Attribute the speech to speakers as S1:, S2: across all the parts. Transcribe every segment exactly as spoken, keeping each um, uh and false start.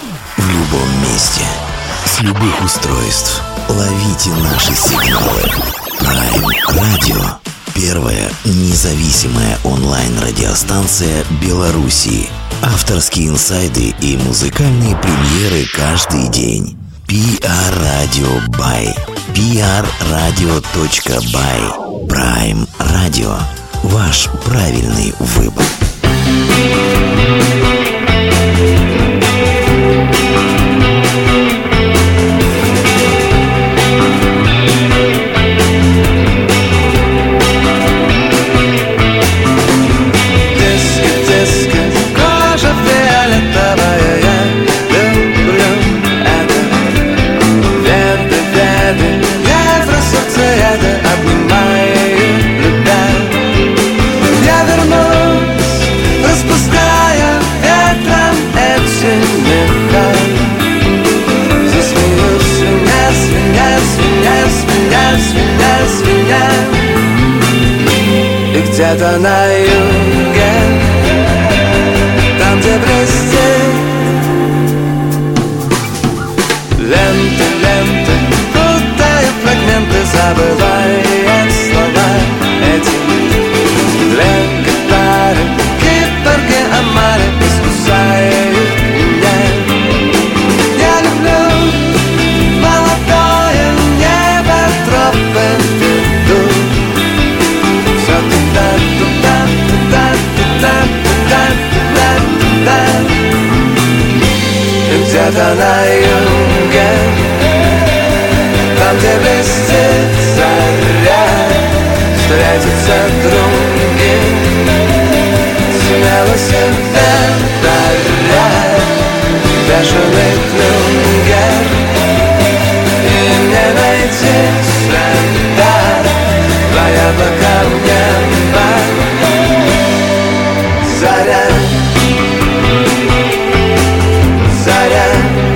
S1: В любом месте, с любых устройств. Ловите наши сигналы. Prime Radio. Первая независимая онлайн-радиостанция Беларуси. Авторские инсайды и музыкальные премьеры каждый день. пи ар Radio by пи ар радио точка бай. Prime Radio. Ваш правильный выбор.
S2: Где-то на юге, там, где блестит ленты, ленты, путая фрагменты, забывая слова эти. Для гитары киборги омары искусают меня. Я люблю молодое небо, тропы ведут. Все туда, туда, туда, туда, туда, туда, туда. И где-то на юге, там, где блестит заря, встретятся други, смело себя даря. Бешеный флюгер, и мне найти следа твоя бока в небо. Заря, заря,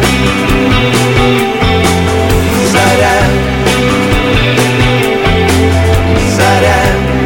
S2: заря, заря.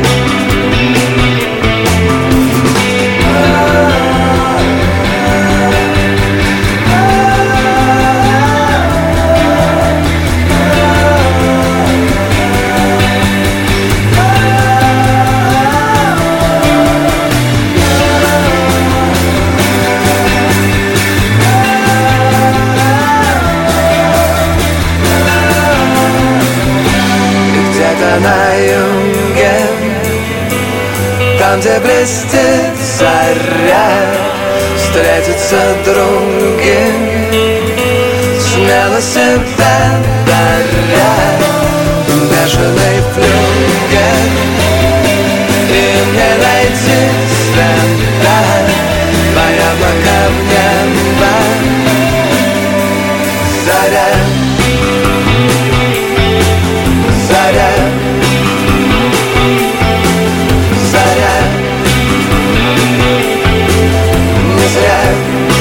S2: На юге, там, где блестит заря, встретятся други, смело себя даря. Бешеный флюгер, и мне найти следа твоя бока в небо. Заря, заря, заря, не зря.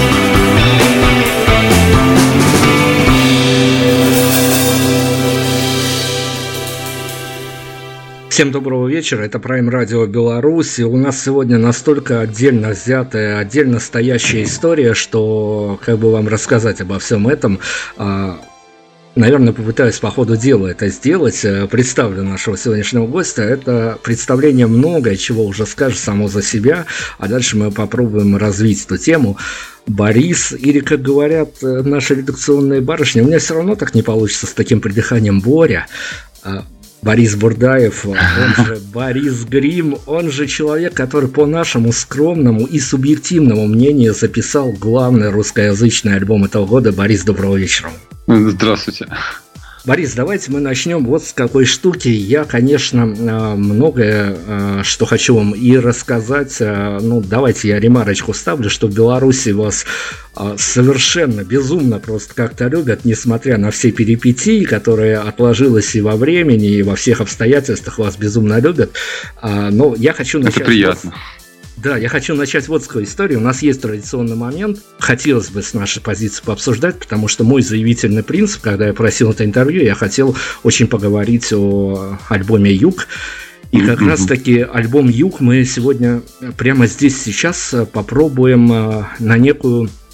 S3: Всем доброго вечера, это Prime Radio Беларусь. У нас сегодня настолько отдельно взятая, отдельно стоящая история, что как бы вам рассказать обо всем этом. Наверное, попытаюсь по ходу дела это сделать. Представлю нашего сегодняшнего гостя. Это представление многое, чего уже скажет само за себя, а дальше мы попробуем развить эту тему. Борис, или, как говорят наши редакционные барышни, у меня все равно так не получится с таким придыханием, Боря. Борис Бурдаев, он же Борис Грим, он же человек, который по нашему скромному и субъективному мнению записал главный русскоязычный альбом этого года. Борис, доброго вечера.
S4: Здравствуйте.
S3: Борис, давайте мы начнем вот с какой штуки. Я, конечно, многое, что хочу вам и рассказать. Ну, давайте я ремарочку ставлю, что в Беларуси вас совершенно безумно просто как-то любят, несмотря на все перипетии, которые отложилось и во времени, и во всех обстоятельствах вас безумно любят. Но я хочу начать...
S4: Это приятно.
S3: Да, я хочу начать вот с какой истории. У нас есть традиционный момент. Хотелось бы с нашей позиции пообсуждать, потому что мой заявительный принцип, когда я просил это интервью, я хотел очень поговорить о альбоме «Юг». И как mm-hmm. раз-таки альбом «Юг» мы сегодня прямо здесь сейчас попробуем на некую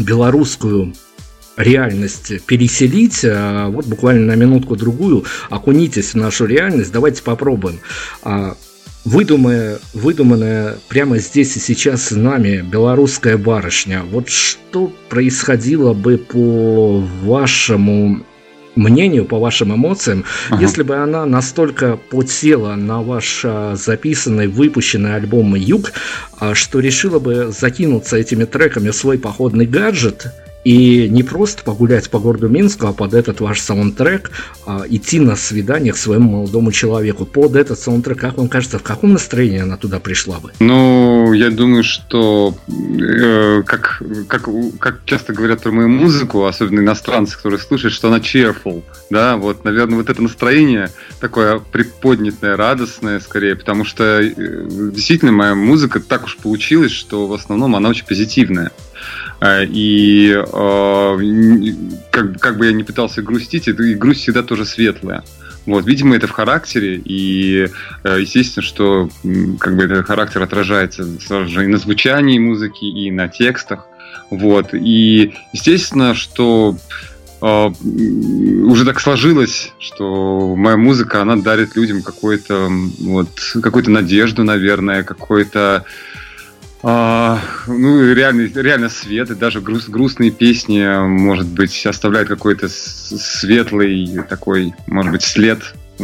S3: белорусскую реальность переселить, вот буквально на минутку-другую окунитесь в нашу реальность, давайте попробуем. Выдуманная, выдуманная прямо здесь и сейчас с нами белорусская барышня, вот что происходило бы по вашему мнению, по вашим эмоциям, ага. если бы она настолько подсела на ваш записанный, выпущенный альбом «Юг», что решила бы закинуться этими треками в свой походный гаджет и не просто погулять по городу Минску, а под этот ваш саундтрек а, идти на свидание к своему молодому человеку. Под этот саундтрек, как вам кажется, в каком настроении она туда пришла бы?
S4: Ну, я думаю, что э, как, как, как часто говорят про мою музыку, особенно иностранцы, которые слушают, что она cheerful, да, вот, наверное, вот это настроение такое приподнятое, радостное скорее, потому что э, действительно моя музыка так уж получилась, что в основном она очень позитивная. И э, как, как бы я ни пытался грустить, и грусть всегда тоже светлая. Вот, видимо, это в характере, и э, естественно, что как бы этот характер отражается сразу же и на звучании музыки, и на текстах. Вот, и естественно, что э, уже так сложилось, что моя музыка, она дарит людям какую-то, вот, какую-то надежду, наверное, какой-то А, ну, реально, реально свет, и даже груст, грустные песни, может быть, оставляют какой-то светлый такой, может быть, след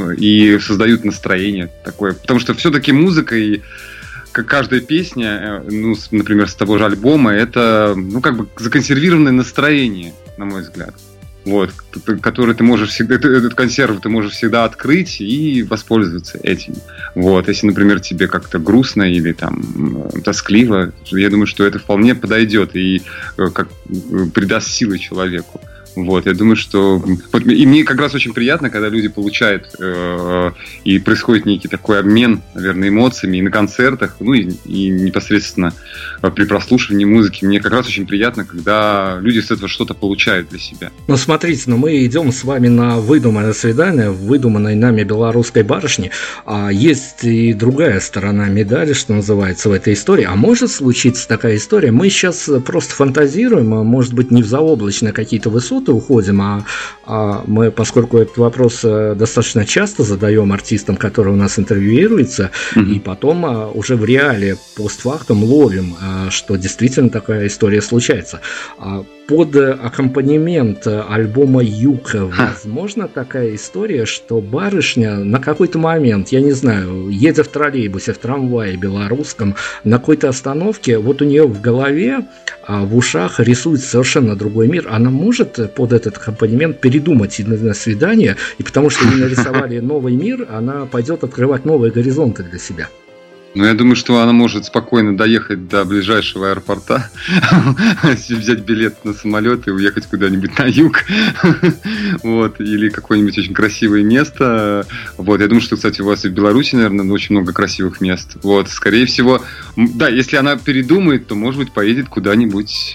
S4: и создают настроение такое. Потому что все-таки музыка и каждая песня, ну, например, с того же альбома, это, ну, как бы законсервированное настроение, на мой взгляд. Вот, который ты можешь всегда, этот консерв ты можешь всегда открыть и воспользоваться этим. Вот, если, например, тебе как-то грустно или там тоскливо, я думаю, что это вполне подойдет и как придаст силы человеку. Вот, я думаю, что... И мне как раз очень приятно, когда люди получают э, и происходит некий такой обмен, наверное, эмоциями и на концертах, ну и, и непосредственно при прослушивании музыки. Мне как раз очень приятно, когда люди с этого что-то получают для себя.
S3: Ну, смотрите, ну мы идем с вами на выдуманное свидание, в выдуманной нами белорусской барышне. А есть и другая сторона медали, что называется, в этой истории. А может случиться такая история? Мы сейчас просто фантазируем, а может быть, не в заоблачные какие-то высоты уходим, а, а мы, поскольку этот вопрос достаточно часто задаем артистам, которые у нас интервьюируются, mm-hmm. и потом а, уже в реале постфактум ловим, а, что действительно такая история случается. А, под аккомпанемент альбома «Юг» возможно такая история, что барышня на какой-то момент, я не знаю, едя в троллейбусе, в трамвае белорусском, на какой-то остановке, вот у нее в голове, в ушах рисуется совершенно другой мир, она может под этот аккомпанемент передумать на свидание, и потому что ей нарисовали новый мир, она пойдет открывать новые горизонты для себя.
S4: Ну, я думаю, что она может спокойно доехать до ближайшего аэропорта, взять билет на самолет и уехать куда-нибудь на юг, вот, или какое-нибудь очень красивое место. Вот, я думаю, что, кстати, у вас и в Беларуси, наверное, очень много красивых мест. Вот, скорее всего, да, если она передумает, то, может быть, поедет куда-нибудь,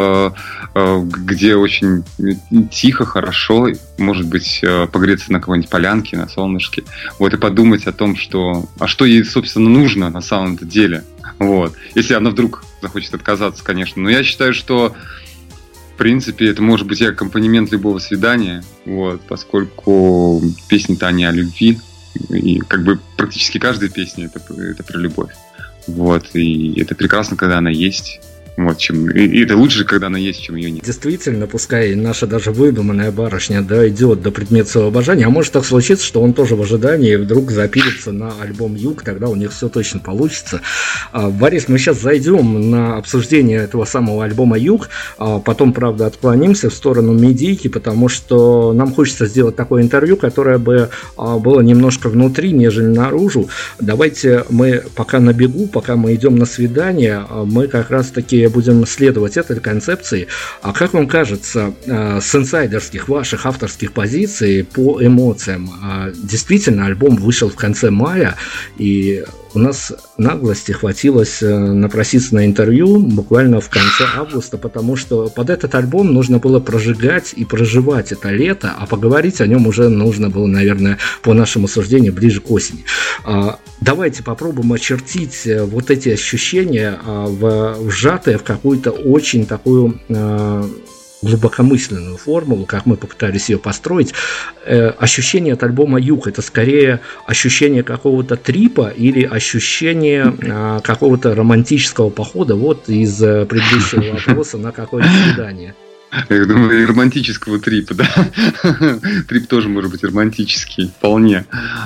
S4: где очень тихо, хорошо, может быть, погреться на какой-нибудь полянке, на солнышке, вот, и подумать о том, что, а что ей, собственно, нужно на самом-то деле. Вот. Если она вдруг захочет отказаться, конечно. Но я считаю, что в принципе это может быть и аккомпанемент любого свидания, вот, поскольку песни-то они о любви. И как бы практически каждая песня это, это про любовь. Вот. И это прекрасно, когда она есть. Вот, чем, и это лучше, когда она есть, чем ее нет.
S3: Действительно, пускай наша даже выдуманная барышня дойдет до предмета своего обожания, а может так случиться, что он тоже в ожидании вдруг запилится на альбом «Юг», тогда у них все точно получится. Борис, мы сейчас зайдем на обсуждение этого самого альбома «Юг», потом, правда, отклонимся в сторону медийки, потому что нам хочется сделать такое интервью, которое бы было немножко внутри, нежели наружу. Давайте мы пока на бегу, пока мы идем на свидание, мы как раз-таки будем следовать этой концепции. А как вам кажется, с инсайдерских ваших авторских позиций по эмоциям, действительно альбом вышел в конце мая, и у нас наглости хватилось напроситься на интервью буквально в конце августа, потому что под этот альбом нужно было прожигать и проживать это лето, а поговорить о нем уже нужно было, наверное, по нашему суждению, ближе к осени. Давайте попробуем очертить вот эти ощущения, вжатые в какую-то очень такую глубокомысленную формулу, как мы попытались ее построить. Э, ощущение от альбома «Юг» — это скорее ощущение какого-то трипа или ощущение э, какого-то романтического похода, вот из э, предыдущего вопроса, на какое-то свидание.
S4: Я думаю, и романтического трипа, да. Трип тоже может быть романтический, вполне.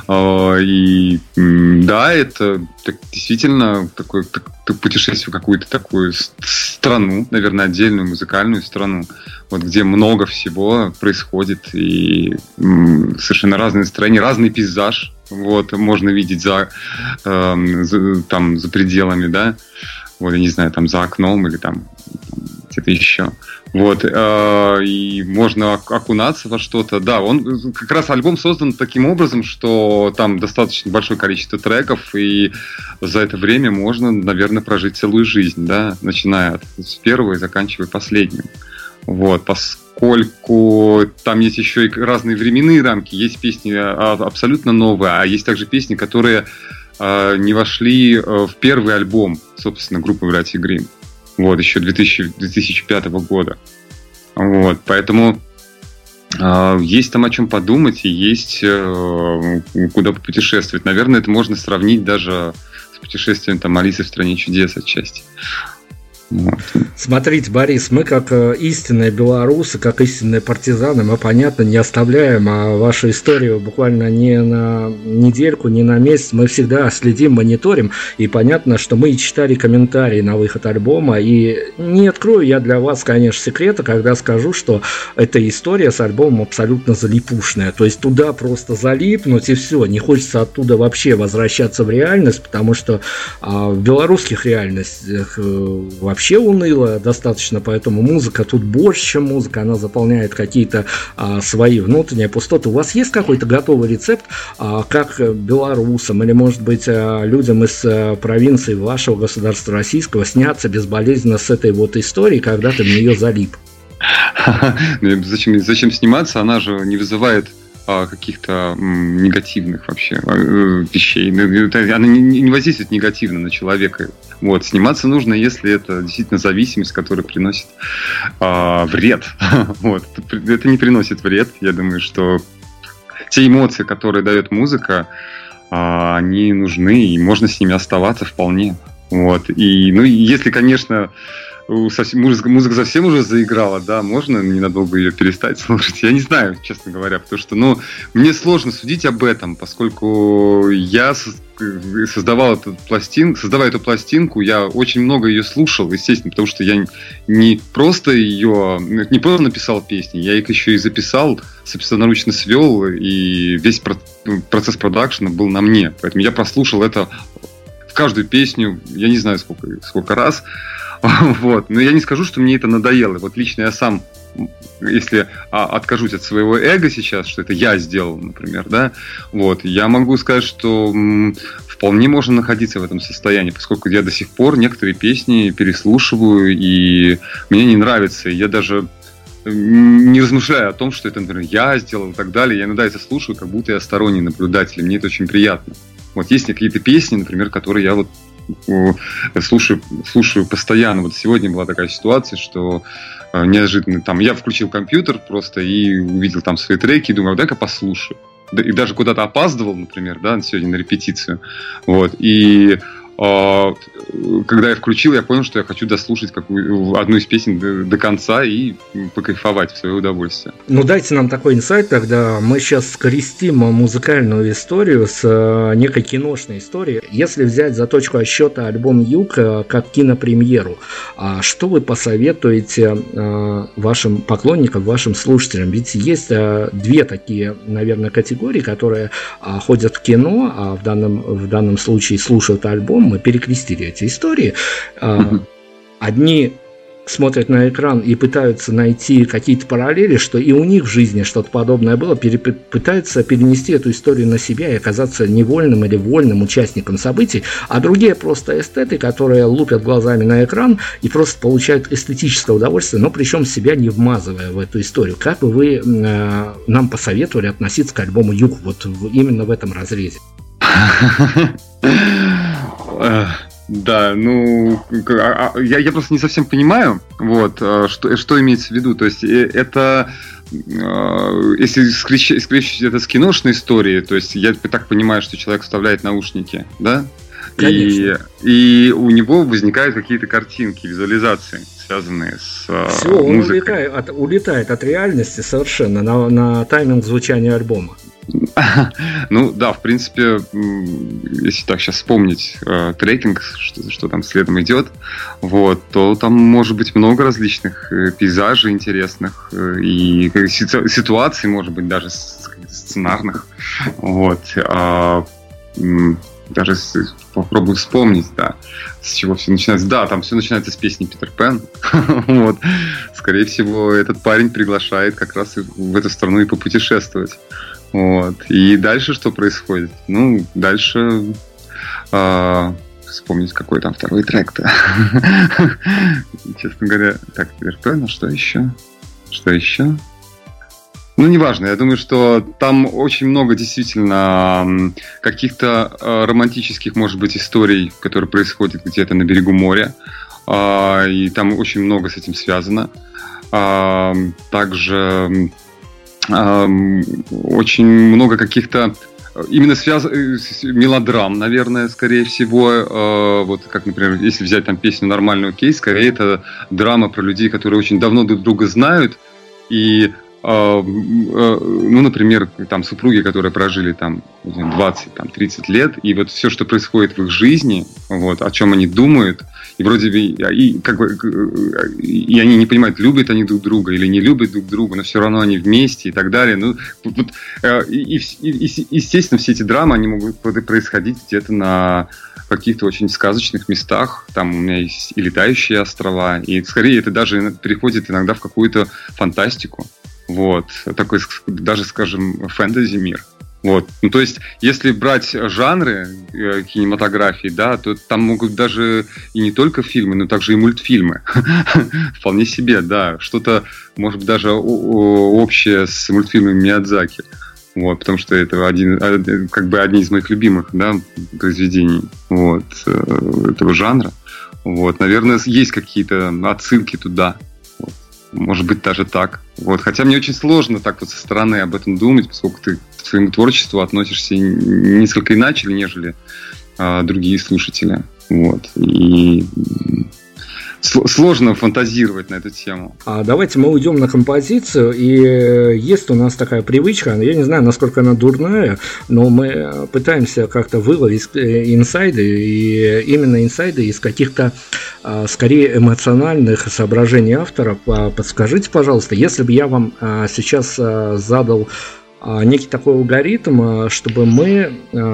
S4: И да, это действительно такое путешествие в какую-то такую страну, наверное, отдельную музыкальную страну, вот где много всего происходит, и совершенно разные настроения, разный пейзаж. Вот, можно видеть за, э, за, там, за пределами, да, вот, я не знаю, там за окном или там где-то еще. Вот, э, и можно окунаться во что-то. Да, он как раз альбом создан таким образом, что там достаточно большое количество треков, и за это время можно, наверное, прожить целую жизнь, да, начиная от с первого и заканчивая последним. Вот, поскольку там есть еще и разные временные рамки, есть песни абсолютно новые, а есть также песни, которые э, не вошли в первый альбом, собственно, группы «Братья Гримм». Вот, еще две тысячи пятого года. Вот, поэтому э, есть там о чем подумать и есть э, куда попутешествовать. Наверное, это можно сравнить даже с путешествием там «Алисы в стране чудес» отчасти. Вот.
S3: Смотрите, Борис, мы как истинные белорусы, как истинные партизаны, мы, понятно, не оставляем вашу историю буквально ни на недельку, ни на месяц. Мы всегда следим, мониторим, и понятно, что мы читали комментарии на выход альбома, и не открою я для вас, конечно, секрета, когда скажу, что эта история с альбомом абсолютно залипушная. То есть туда просто залипнуть и все, не хочется оттуда вообще возвращаться в реальность, потому что а, в белорусских реальностях вообще вообще уныло достаточно, поэтому музыка тут больше, чем музыка, она заполняет какие-то а, свои внутренние пустоты. У вас есть какой-то готовый рецепт, а, как белорусам или, может быть, а, людям из а, провинции вашего государства российского сняться безболезненно с этой вот историей, когда ты в нее залип?
S4: Зачем, зачем сниматься? Она же не вызывает каких-то м, негативных вообще э, вещей. Она не, не воздействует негативно на человека. Вот. Сниматься нужно, если это действительно зависимость, которая приносит э, вред. Вот. Это не приносит вред. Я думаю, что те эмоции, которые дает музыка, э, они нужны, и можно с ними оставаться вполне. Вот. И, ну, если, конечно, совсем, музыка, музыка совсем уже заиграла, да, можно ненадолго ее перестать слушать. Я не знаю, честно говоря, потому что, ну, мне сложно судить об этом, поскольку я создавал эту пластинку, создавая эту пластинку, я очень много ее слушал, естественно, потому что я не просто ее, не просто написал песни, я их еще и записал, собственноручно свел, и весь процесс продакшена был на мне. Поэтому я прослушал это в каждую песню, я не знаю сколько, сколько раз. Вот. Но я не скажу, что мне это надоело. Вот лично я сам, если а, откажусь от своего эго сейчас, что это я сделал, например, да, вот, я могу сказать, что м, вполне можно находиться в этом состоянии, поскольку я до сих пор некоторые песни переслушиваю, и мне не нравится. Я даже не размышляю о том, что это, например, я сделал и так далее. Я иногда это слушаю, как будто я сторонний наблюдатель, и мне это очень приятно. Вот есть какие-то песни, например, которые я вот слушаю, слушаю постоянно. Вот сегодня была такая ситуация, что э, неожиданно там я включил компьютер просто и увидел там свои треки и думаю, дай-ка послушаю. И даже куда-то опаздывал, например, да, сегодня на репетицию. Вот. И э, когда я включил, я понял, что я хочу дослушать какую, одну из песен до, до конца и покайфовать в свое удовольствие.
S3: Ну, дайте нам такой инсайт тогда. Мы сейчас скрестим музыкальную историю с э, некой киношной историей. Если взять за точку отсчета альбом «Юг» э, как кинопремьеру, э, что вы посоветуете э, вашим поклонникам, вашим слушателям? Ведь есть э, две такие, наверное, категории, которые э, ходят в кино, а в данном, в данном случае слушают альбом. Мы перекрестили эти истории. Э, одни смотрят на экран и пытаются найти какие-то параллели, что и у них в жизни что-то подобное было, переп- пытаются перенести эту историю на себя и оказаться невольным или вольным участником событий, а другие просто эстеты, которые лупят глазами на экран и просто получают эстетическое удовольствие, но причем себя не вмазывая в эту историю. Как бы вы э, нам посоветовали относиться к альбому «Юг» вот в, именно в этом разрезе?
S4: Да, ну, я, я просто не совсем понимаю, вот, что, что имеется в виду. То есть это, если исключить это с киношной историей, то есть я так понимаю, что человек вставляет наушники, да? И, и у него возникают какие-то картинки, визуализации, связанные с
S3: Все, он
S4: музыкой.
S3: улетает от, улетает от реальности совершенно на, на тайминг звучания альбома.
S4: Ну да, в принципе, если так сейчас вспомнить э, трекинг, что, что там следом идет, вот, то там может быть много различных э, пейзажей интересных э, и ситу- ситуаций, может быть, даже сценарных. Вот. А, м- даже с, попробую вспомнить, да, с чего все начинается. Да, там все начинается с песни «Питер Пен». Вот. Скорее всего, этот парень приглашает как раз в эту страну и попутешествовать. Вот. И дальше что происходит? Ну, дальше э, вспомнить, какой там второй трек-то. Честно говоря, так, Питер Пен, а что еще? Что еще? Ну, неважно, я думаю, что там очень много действительно каких-то э, романтических, может быть, историй, которые происходят где-то на берегу моря. Э, и там очень много с этим связано. Э, также э, очень много каких-то именно связанных мелодрам, наверное, скорее всего. Э, вот как, например, если взять там песню «Нормальный окей», скорее это драма про людей, которые очень давно друг друга знают. И ну, например, там супруги, которые прожили там двадцать-тридцать лет, и вот все, что происходит в их жизни, вот, о чем они думают, и вроде бы, и, как бы, и они не понимают, любят они друг друга или не любят друг друга, но все равно они вместе и так далее. Ну, вот, и, и, и, естественно, все эти драмы, они могут происходить где-то на каких-то очень сказочных местах. Там у меня есть и летающие острова, и скорее это даже переходит иногда в какую-то фантастику. Вот, такой, даже, скажем, фэнтези-мир. Вот. Ну, то есть, если брать жанры э, кинематографии, да, то там могут даже и не только фильмы, но также и мультфильмы. Вполне себе, да. Что-то, может быть, даже общее с мультфильмами Миядзаки. Вот, потому что это один, как бы одни из моих любимых, да, произведений, вот, этого жанра. Вот, наверное, есть какие-то отсылки туда. Может быть, даже так. Вот. Хотя мне очень сложно так вот со стороны об этом думать, поскольку ты к своему творчеству относишься несколько иначе, нежели а, другие слушатели. Вот. И сложно фантазировать на эту тему.
S3: А давайте мы уйдем на композицию. И есть у нас такая привычка, я не знаю, насколько она дурная, но мы пытаемся как-то выловить инсайды, и именно инсайды из каких-то скорее эмоциональных соображений авторов. Подскажите, пожалуйста, если бы я вам сейчас задал некий такой алгоритм, чтобы мы,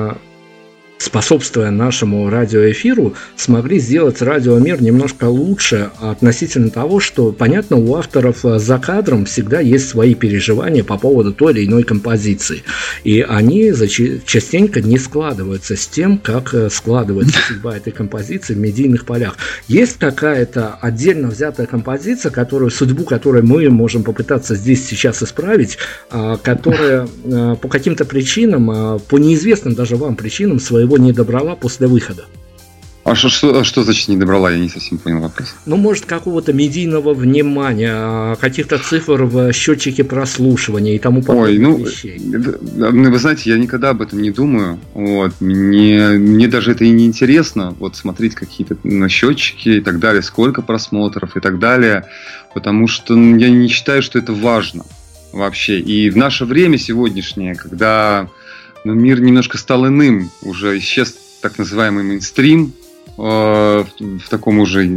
S3: способствуя нашему радиоэфиру, смогли сделать радиомир немножко лучше относительно того, что, понятно, у авторов за кадром всегда есть свои переживания по поводу той или иной композиции. И они частенько не складываются с тем, как складывается судьба этой композиции в медийных полях. Есть какая-то отдельно взятая композиция, которую, судьбу которой мы можем попытаться здесь сейчас исправить, которая по каким-то причинам, по неизвестным даже вам причинам, своего его не добрала после выхода.
S4: А что, что, что значит не добрала? Я не совсем понял вопрос.
S3: Ну, может, какого-то медийного внимания, каких-то цифр в счетчике прослушивания и тому подобных
S4: Ой, ну,
S3: вещей.
S4: Вы знаете, я никогда об этом не думаю. Вот. Мне, мне даже это и не интересно, вот смотреть какие-то на счетчики и так далее, сколько просмотров и так далее, потому что я не считаю, что это важно вообще. И в наше время сегодняшнее, когда но мир немножко стал иным, уже исчез так называемый мейнстрим э, в, в таком уже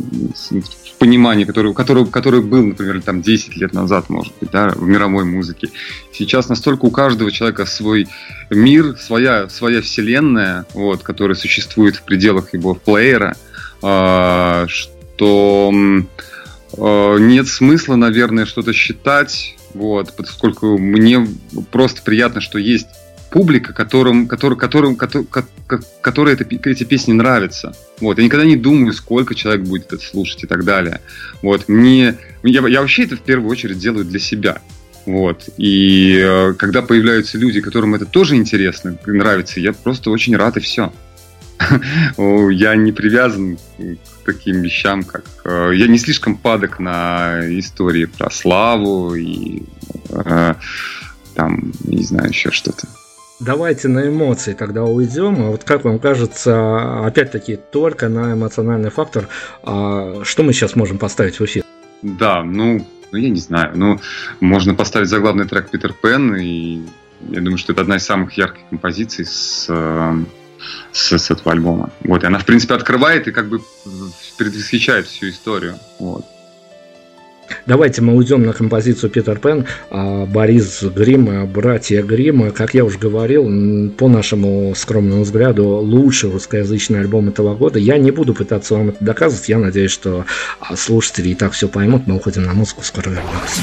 S4: в понимании, который, который, который был, например, там десять лет назад, может быть, да, в мировой музыке. Сейчас настолько у каждого человека свой мир, своя, своя вселенная, вот, которая существует в пределах его плеера, э, что э, нет смысла, наверное, что-то считать, вот, поскольку мне просто приятно, что есть публика, которым, которым, которым, которым, которой это, эти песни нравятся. Вот. Я никогда не думаю, сколько человек будет это слушать и так далее. Вот. Мне, я, я вообще это в первую очередь делаю для себя. Вот. И э, когда появляются люди, которым это тоже интересно, нравится, я просто очень рад, и все. Я не привязан к таким вещам, как... Я не слишком падок на истории про славу и э, там, не знаю, еще что-то.
S3: Давайте на эмоции тогда уйдем. А вот как вам кажется, опять-таки, только на эмоциональный фактор, а что мы сейчас можем поставить в эфир?
S4: Да, ну, ну я не знаю. Ну, можно поставить заглавный трек «Питер Пен», и я думаю, что это одна из самых ярких композиций с, с, с этого альбома. Вот, и она, в принципе, открывает и как бы предвосхищает всю историю. Вот.
S3: Давайте мы уйдем на композицию «Питер Пен», Борис Грим, братья Грим. Как я уже говорил, по нашему скромному взгляду, лучший русскоязычный альбом этого года. Я не буду пытаться вам это доказывать. Я надеюсь, что слушатели и так все поймут. Мы уходим на музыку, скоро вернемся.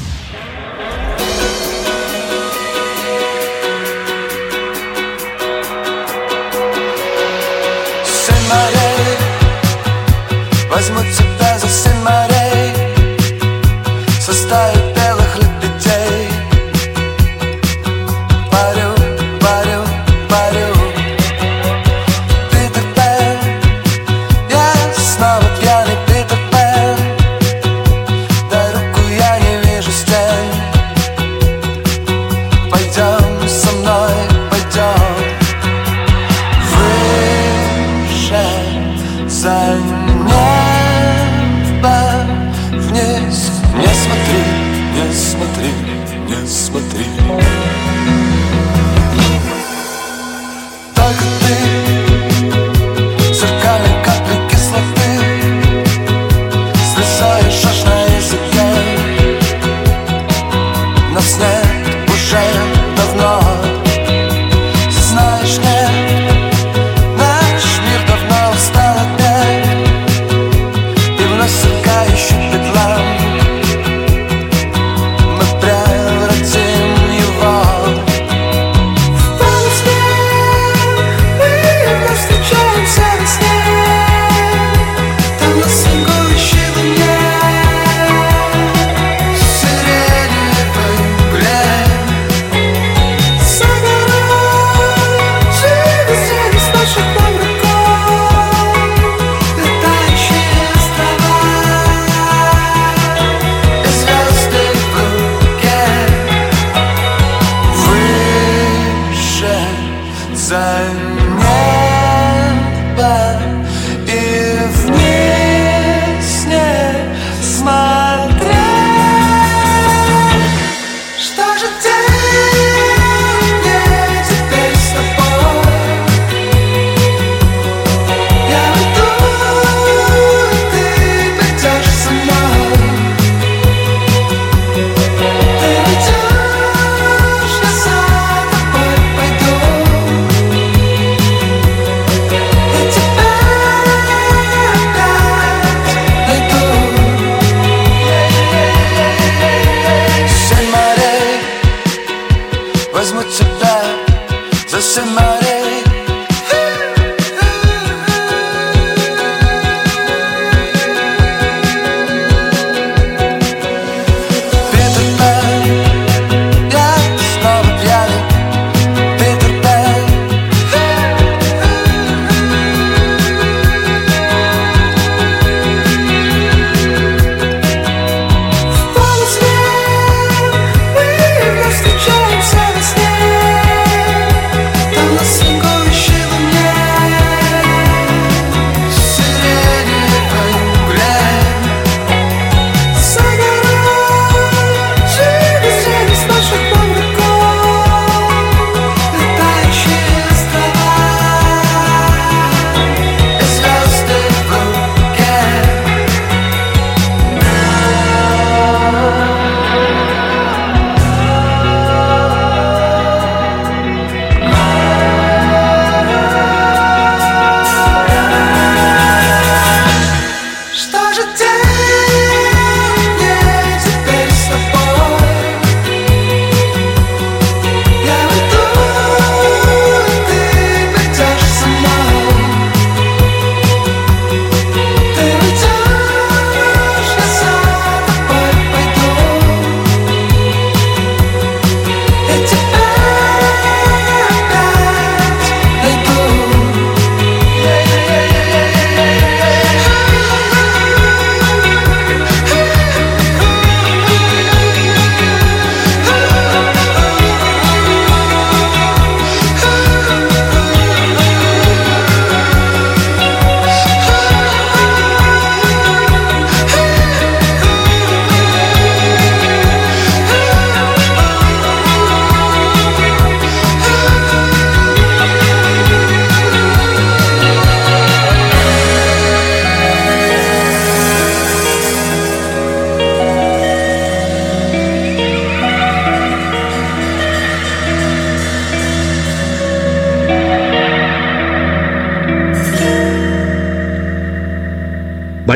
S5: Сын морей, возьму тебя за сын морей, составит белых лебедей. Парю, парю, парю. Питер Пен, я снова пьяный Питер Пен. Дай руку, я не вижу стен. Пойдем со мной, пойдем выше, за небо.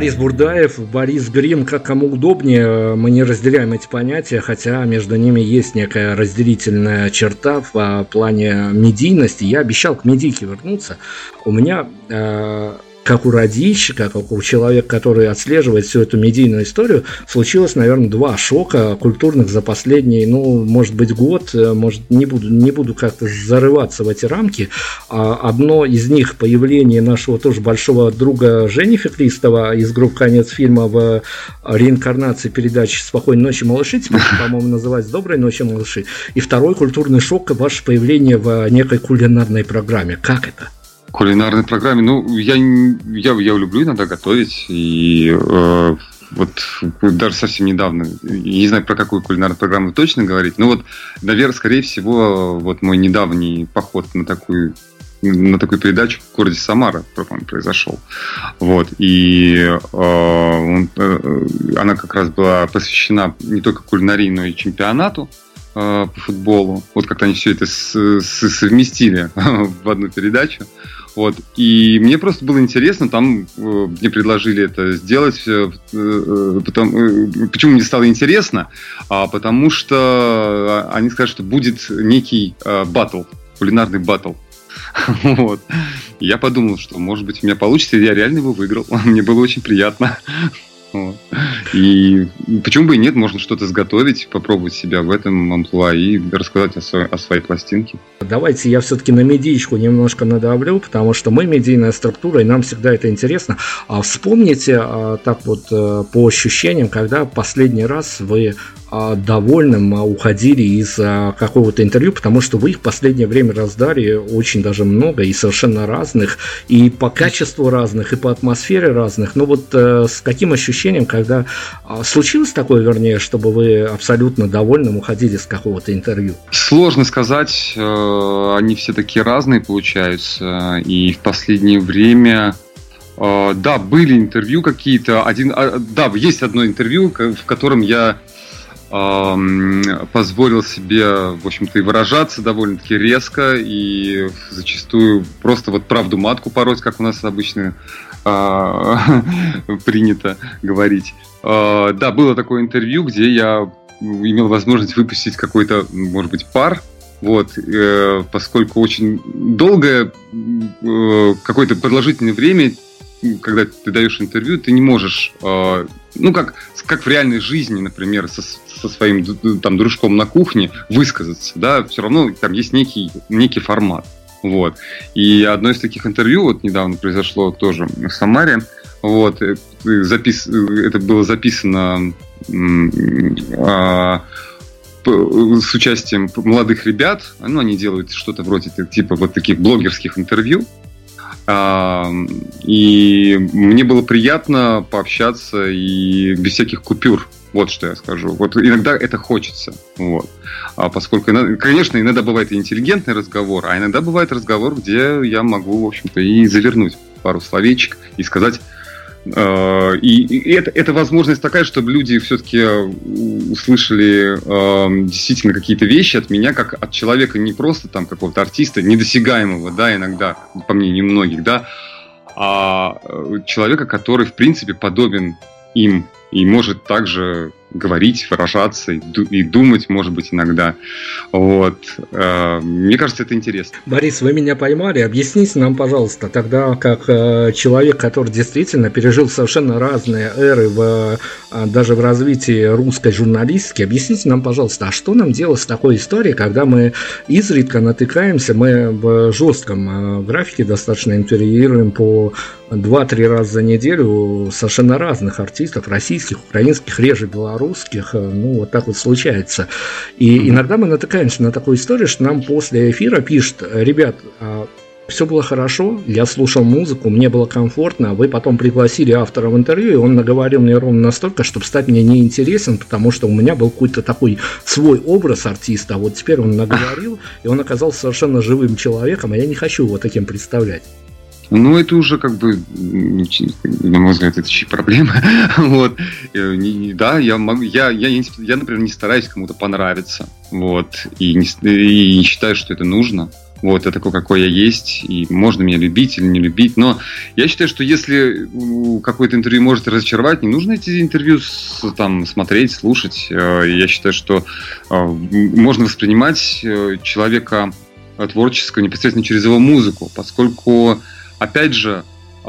S3: Борис Бурдаев, Борис Грим, как кому удобнее, мы не разделяем эти понятия, хотя между ними есть некая разделительная черта в плане медийности. Я обещал к медийке вернуться. У меня... Э- как у радищика, как у человека, который отслеживает всю эту медийную историю, случилось, наверное, два шока культурных за последний, ну, может быть, год, может, не буду, не буду как-то зарываться в эти рамки. Одно из них — появление нашего тоже большого друга Жени Феклистова из группы «Конец фильма» в реинкарнации передачи «Спокойной ночи, малыши», теперь, по-моему, называется «Доброй ночи, малыши». И второй культурный шок — ваше появление в некой кулинарной программе. Как это?
S4: Кулинарной программе, ну, я, я, я люблю иногда готовить, и э, вот даже совсем недавно, я не знаю, про какую кулинарную программу точно говорить, но вот, наверное, скорее всего, вот мой недавний поход на такую, на такую передачу в городе Самара, по-моему, произошел. Вот, и э, он, э, она как раз была посвящена не только кулинарии, но и чемпионату по футболу. Вот как-то они все это с, с, совместили в одну передачу. Вот. И мне просто было интересно, там э, мне предложили это сделать. Э, э, потом, э, почему мне стало интересно? А, потому что они сказали, что будет некий э, баттл, кулинарный баттл. Вот. И я подумал, что, может быть, у меня получится, и я реально его выиграл. Мне было очень приятно. Вот. И почему бы и нет, можно что-то сготовить, попробовать себя в этом амплуа и рассказать о, своей, о своей пластинке.
S3: Давайте я все-таки на медийку немножко надавлю, потому что мы медийная структура, и нам всегда это интересно. А вспомните, а, так вот, по ощущениям, когда последний раз вы а, довольным а, уходили из а, какого-то интервью, потому что вы их в последнее время раздали очень даже много, и совершенно разных, и по качеству разных, и по атмосфере разных. Но вот а, с каким ощущением, когда а, случилось такое, вернее, чтобы вы абсолютно довольным уходили с какого-то интервью? Сложно
S4: сказать. Они все такие разные получаются. И в последнее время, да, были интервью какие-то. Один, да, есть одно интервью, в котором я позволил себе, в общем-то, и выражаться довольно-таки резко, и зачастую просто вот правду матку пороть, как у нас обычно принято говорить. Да, было такое интервью, где я имел возможность выпустить какой-то, может быть, пар. Вот, э, поскольку очень долгое, э, какое-то продолжительное время, когда ты даешь интервью, ты не можешь, э, ну, как, как в реальной жизни, например, со, со своим там, дружком на кухне высказаться, да, все равно там есть некий, некий формат. Вот. И одно из таких интервью вот недавно произошло тоже в Самаре. Вот, запис, это было записано э, с участием молодых ребят, ну, они делают что-то вроде типа вот таких блогерских интервью, и мне было приятно пообщаться и без всяких купюр, вот что я скажу. Вот иногда это хочется, вот. А поскольку, конечно, иногда бывает и интеллигентный разговор, а иногда бывает разговор, где я могу, в общем-то, и завернуть пару словечек и сказать. И, и это, это возможность такая, чтобы люди все-таки услышали э, действительно какие-то вещи от меня, как от человека не просто там какого-то артиста, недосягаемого, да, иногда, по мнению многих, да, а человека, который, в принципе, подобен им и может также говорить, выражаться и, ду- и думать, может быть, иногда. Вот. Мне кажется, это интересно.
S3: Борис, вы меня поймали. Объясните нам, пожалуйста, тогда, как э, человек, который действительно пережил совершенно разные эры в, э, даже в развитии русской журналистики, объясните нам, пожалуйста, а что нам делать с такой историей, когда мы изредка натыкаемся, мы в жестком э, графике достаточно интервьюируем по два-три раза за неделю совершенно разных артистов, российских, украинских, реже белорусских, русских, ну, вот так вот случается. И mm-hmm. иногда мы натыкаемся на такую историю, что нам после эфира пишут: ребят, все было хорошо, я слушал музыку, мне было комфортно, вы потом пригласили автора в интервью, и он наговорил мне ровно настолько, чтобы стать мне неинтересен, потому что у меня был какой-то такой свой образ артиста, а вот теперь он наговорил, и он оказался совершенно живым человеком, а я не хочу его таким представлять.
S4: Ну, это уже как бы, на мой взгляд, это чьи проблемы. Вот. Да, я, могу, я, я, я, например, не стараюсь кому-то понравиться. Вот. И, не, и не считаю, что это нужно. Вот, я такой, какой я есть, и можно меня любить или не любить. Но я считаю, что если какое-то интервью может разочаровать, не нужно эти интервью с, там, смотреть, слушать. Я считаю, что можно воспринимать человека творческого непосредственно через его музыку, поскольку, опять же,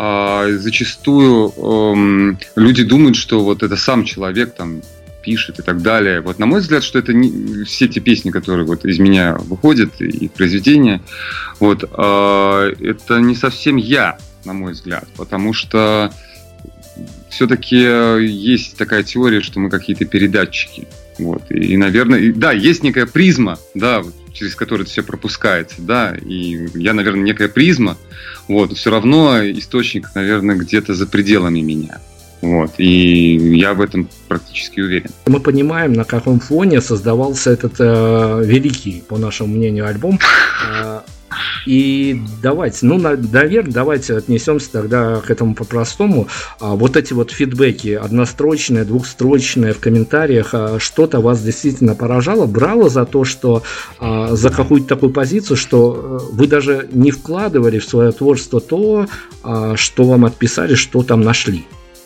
S4: зачастую люди думают, что вот это сам человек там пишет и так далее. Вот на мой взгляд, что это не все те песни, которые вот из меня выходят, и произведения, вот, э, это не совсем я, на мой взгляд, потому что все-таки есть такая теория, что мы какие-то передатчики. Вот, и, наверное, и, да, есть некая призма, да, через которую это все пропускается, да, и я, наверное, некая призма, вот, но все равно источник, наверное, где-то за пределами меня. Вот, и я в этом практически уверен.
S3: Мы понимаем, на каком фоне создавался этот э, великий, по нашему мнению, альбом. Э, и давайте, ну, наверное, давайте отнесемся тогда к этому по-простому. А вот эти вот фидбэки, однострочные, двухстрочные в комментариях, а, что-то вас действительно поражало, брало за то, что а, за какую-то такую позицию, что вы даже не вкладывали в свое творчество то, а, что вам отписали, что там нашли?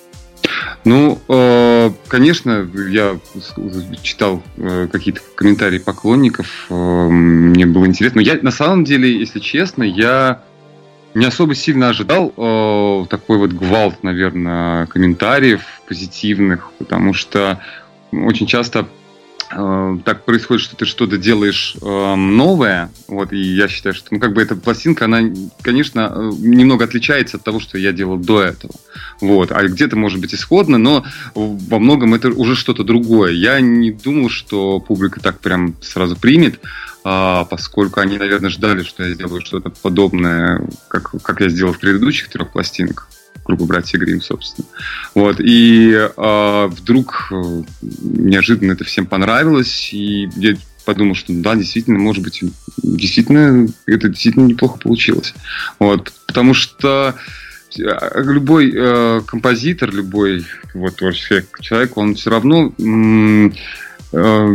S4: Ну, э, конечно, я читал э, какие-то комментарии поклонников, э, мне было интересно. Но я, на самом деле, если честно, я не особо сильно ожидал э, такой вот гвалт, наверное, комментариев позитивных, потому что очень часто э, так происходит, что ты что-то делаешь э, новое, вот, и я считаю, что, ну, как бы эта пластинка, она, конечно, немного отличается от того, что я делал до этого. Вот. А где-то, может быть, исходно, но во многом это уже что-то другое. Я не думал, что публика так прям сразу примет, а, поскольку они, наверное, ждали, что я сделаю что-то подобное, как, как я сделал в предыдущих трех пластинках, группы «Братья Гримм», собственно. Вот. И а, вдруг неожиданно это всем понравилось, и я подумал, что да, действительно, может быть, действительно, это действительно неплохо получилось. Вот. Потому что любой э, композитор, любой вот, творческий человек, он все равно м- э,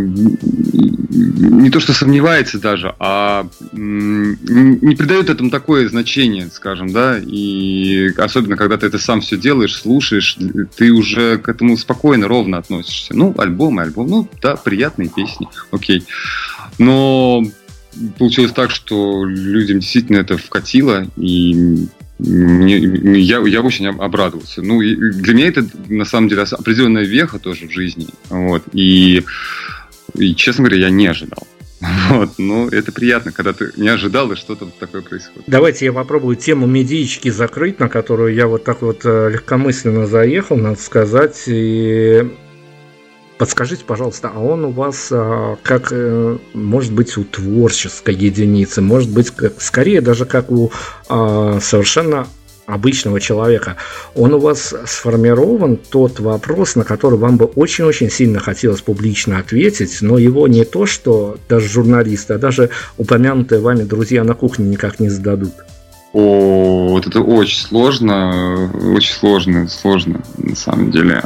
S4: не то что сомневается даже, а м- не придает этому такое значение, скажем, да, и особенно когда ты это сам все делаешь, слушаешь, ты уже к этому спокойно, ровно относишься. Ну, альбом и альбом, ну, да, приятные песни, окей. Но получилось так, что людям действительно это вкатило, и Мне, я, я очень обрадовался. Ну, и для меня это, на самом деле, определенная веха тоже в жизни. Вот. И, и, честно говоря, я не ожидал. Вот. Но это приятно, когда ты не ожидал, и что-то вот такое происходит.
S3: Давайте я попробую тему медички закрыть, на которую я вот так вот легкомысленно заехал, надо сказать. И подскажите, пожалуйста, а он у вас как, может быть, у творческой единицы, может быть, как, скорее даже как у а, совершенно обычного человека, он у вас сформирован тот вопрос, на который вам бы очень-очень сильно хотелось публично ответить, но его не то, что даже журналисты, а даже упомянутые вами друзья на кухне никак не зададут?
S4: О, вот это очень сложно, очень сложно, сложно на самом деле.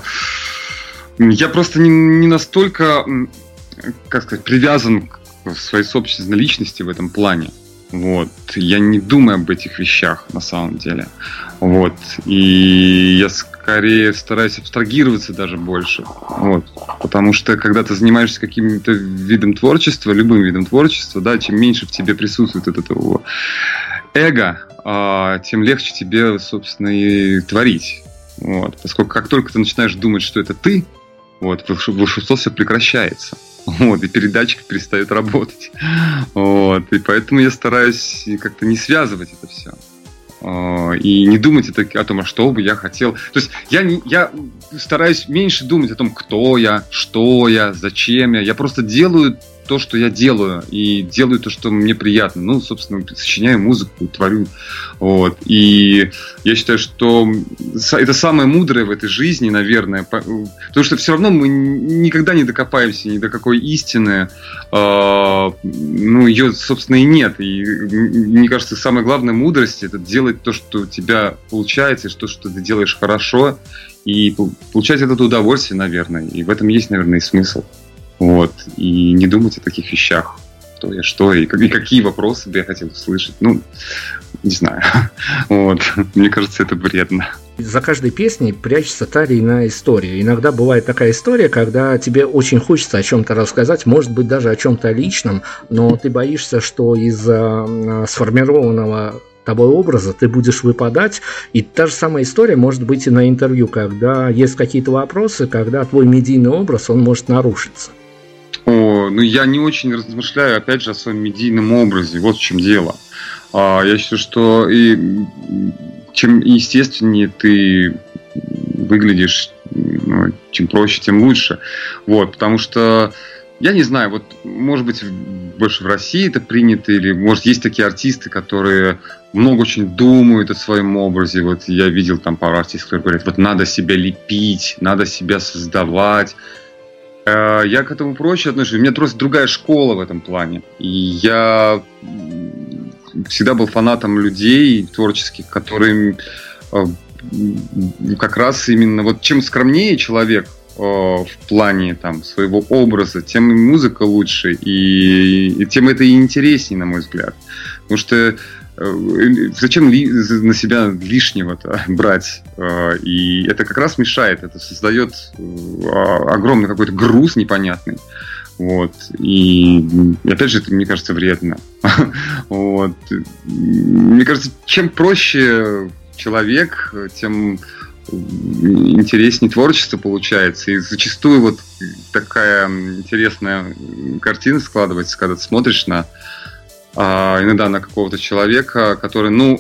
S4: Я просто не, не настолько, как сказать, привязан к своей собственной личности в этом плане. Вот. Я не думаю об этих вещах на самом деле. Вот. И я скорее стараюсь абстрагироваться даже больше. Вот. Потому что когда ты занимаешься каким-то видом творчества, любым видом творчества, да, чем меньше в тебе присутствует от этого эго, тем легче тебе, собственно, и творить. Вот. Поскольку как только ты начинаешь думать, что это ты, вот, волшебство все прекращается. Вот, и передатчик перестает работать. Вот, и поэтому я стараюсь как-то не связывать это все. И не думать это, о том, а что бы я хотел. То есть я, не, я стараюсь меньше думать о том, кто я, что я, зачем я. Я просто делаю то, что я делаю, и делаю то, что мне приятно. Ну, собственно, сочиняю музыку, творю. Вот. И я считаю, что это самое мудрое в этой жизни, наверное, потому что все равно мы никогда не докопаемся ни до какой истины. Ну, ее, собственно, и нет. И мне кажется, самая главная мудрость — это делать то, что у тебя получается, и то, что ты делаешь хорошо, и получать это удовольствие, наверное. И в этом есть, наверное, и смысл. Вот, и не думать о таких вещах. кто я, что и, и какие вопросы бы я хотел услышать. Ну, не знаю. Вот. Мне кажется, это вредно.
S3: За каждой песней прячется та или иная история. Иногда бывает такая история, когда тебе очень хочется о чем-то рассказать, может быть, даже о чем-то личном, но ты боишься, что из-за сформированного тобой образа ты будешь выпадать. И та же самая история может быть и на интервью, когда есть какие-то вопросы, когда твой медийный образ, он может нарушиться.
S4: О, ну я не очень размышляю, опять же, о своем медийном образе. Вот в чем дело. Я считаю, что и чем естественнее ты выглядишь, ну, чем проще, тем лучше. Вот, потому что, я не знаю, вот, может быть, больше в России это принято, или, может, есть такие артисты, которые много очень думают о своем образе. Вот я видел там пару артистов, которые говорят, вот надо себя лепить, надо себя создавать. Я к этому проще отношусь. У меня просто другая школа в этом плане. И я всегда был фанатом людей творческих, которые как раз именно вот чем скромнее человек в плане там своего образа, тем и музыка лучше, и, и тем это и интереснее, на мой взгляд. Потому что зачем ли, на себя лишнего-то брать? И это как раз мешает, это создает огромный какой-то груз непонятный. Вот. И опять же, это, мне кажется, вредно. Вот. Мне кажется, чем проще человек, тем интереснее творчество получается. И зачастую вот такая интересная картина складывается, когда ты смотришь на а, иногда на какого-то человека, который, ну,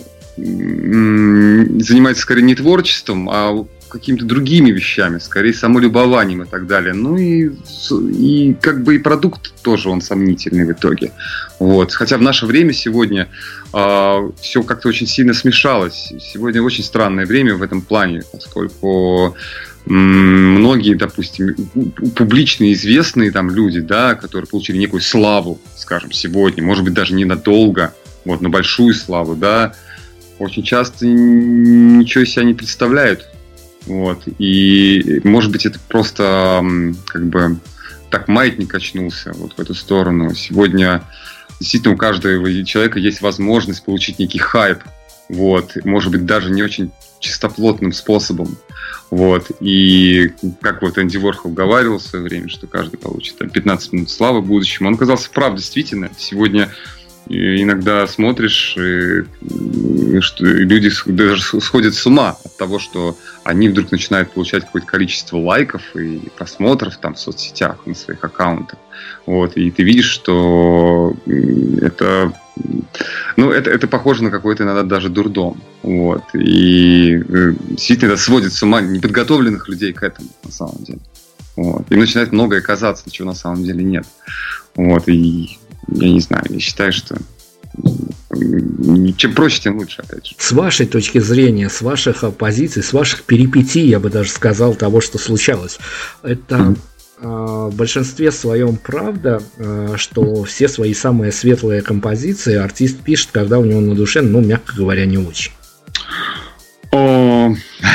S4: занимается скорее не творчеством, а какими-то другими вещами, скорее самолюбованием и так далее. Ну и, и как бы и продукт тоже он сомнительный в итоге. Вот. Хотя в наше время сегодня э, все как-то очень сильно смешалось. Сегодня очень странное время в этом плане, поскольку м- многие, допустим, публичные известные там люди, да, которые получили некую славу, скажем, сегодня, может быть, даже ненадолго, вот, на большую славу, да, очень часто ничего из себя не представляют. Вот. И, может быть, это просто как бы так маятник качнулся вот в эту сторону. Сегодня действительно у каждого человека есть возможность получить некий хайп. Вот. Может быть, даже не очень чистоплотным способом. Вот. И как вот Энди Уорхол говаривал в свое время, что каждый получит там, пятнадцать минут славы в будущем. Он оказался прав, действительно. Сегодня иногда смотришь, и, и что люди даже сходят с ума от того, что они вдруг начинают получать какое-то количество лайков и просмотров там в соцсетях, на своих аккаунтах. Вот, и ты видишь, что это, ну, это, это похоже на какой-то иногда даже дурдом. Вот, и действительно это сводит с ума неподготовленных людей к этому, на самом деле. Вот, и начинает многое казаться, чего на самом деле нет. Вот, и я не знаю, я считаю, что чем проще, тем лучше, опять же.
S3: С вашей точки зрения, с ваших позиций, с ваших перипетий, я бы даже сказал, того, что случалось, это mm-hmm. э, в большинстве своем правда, э, что все свои самые светлые композиции артист пишет, когда у него на душе, ну, мягко говоря, не очень.
S4: О,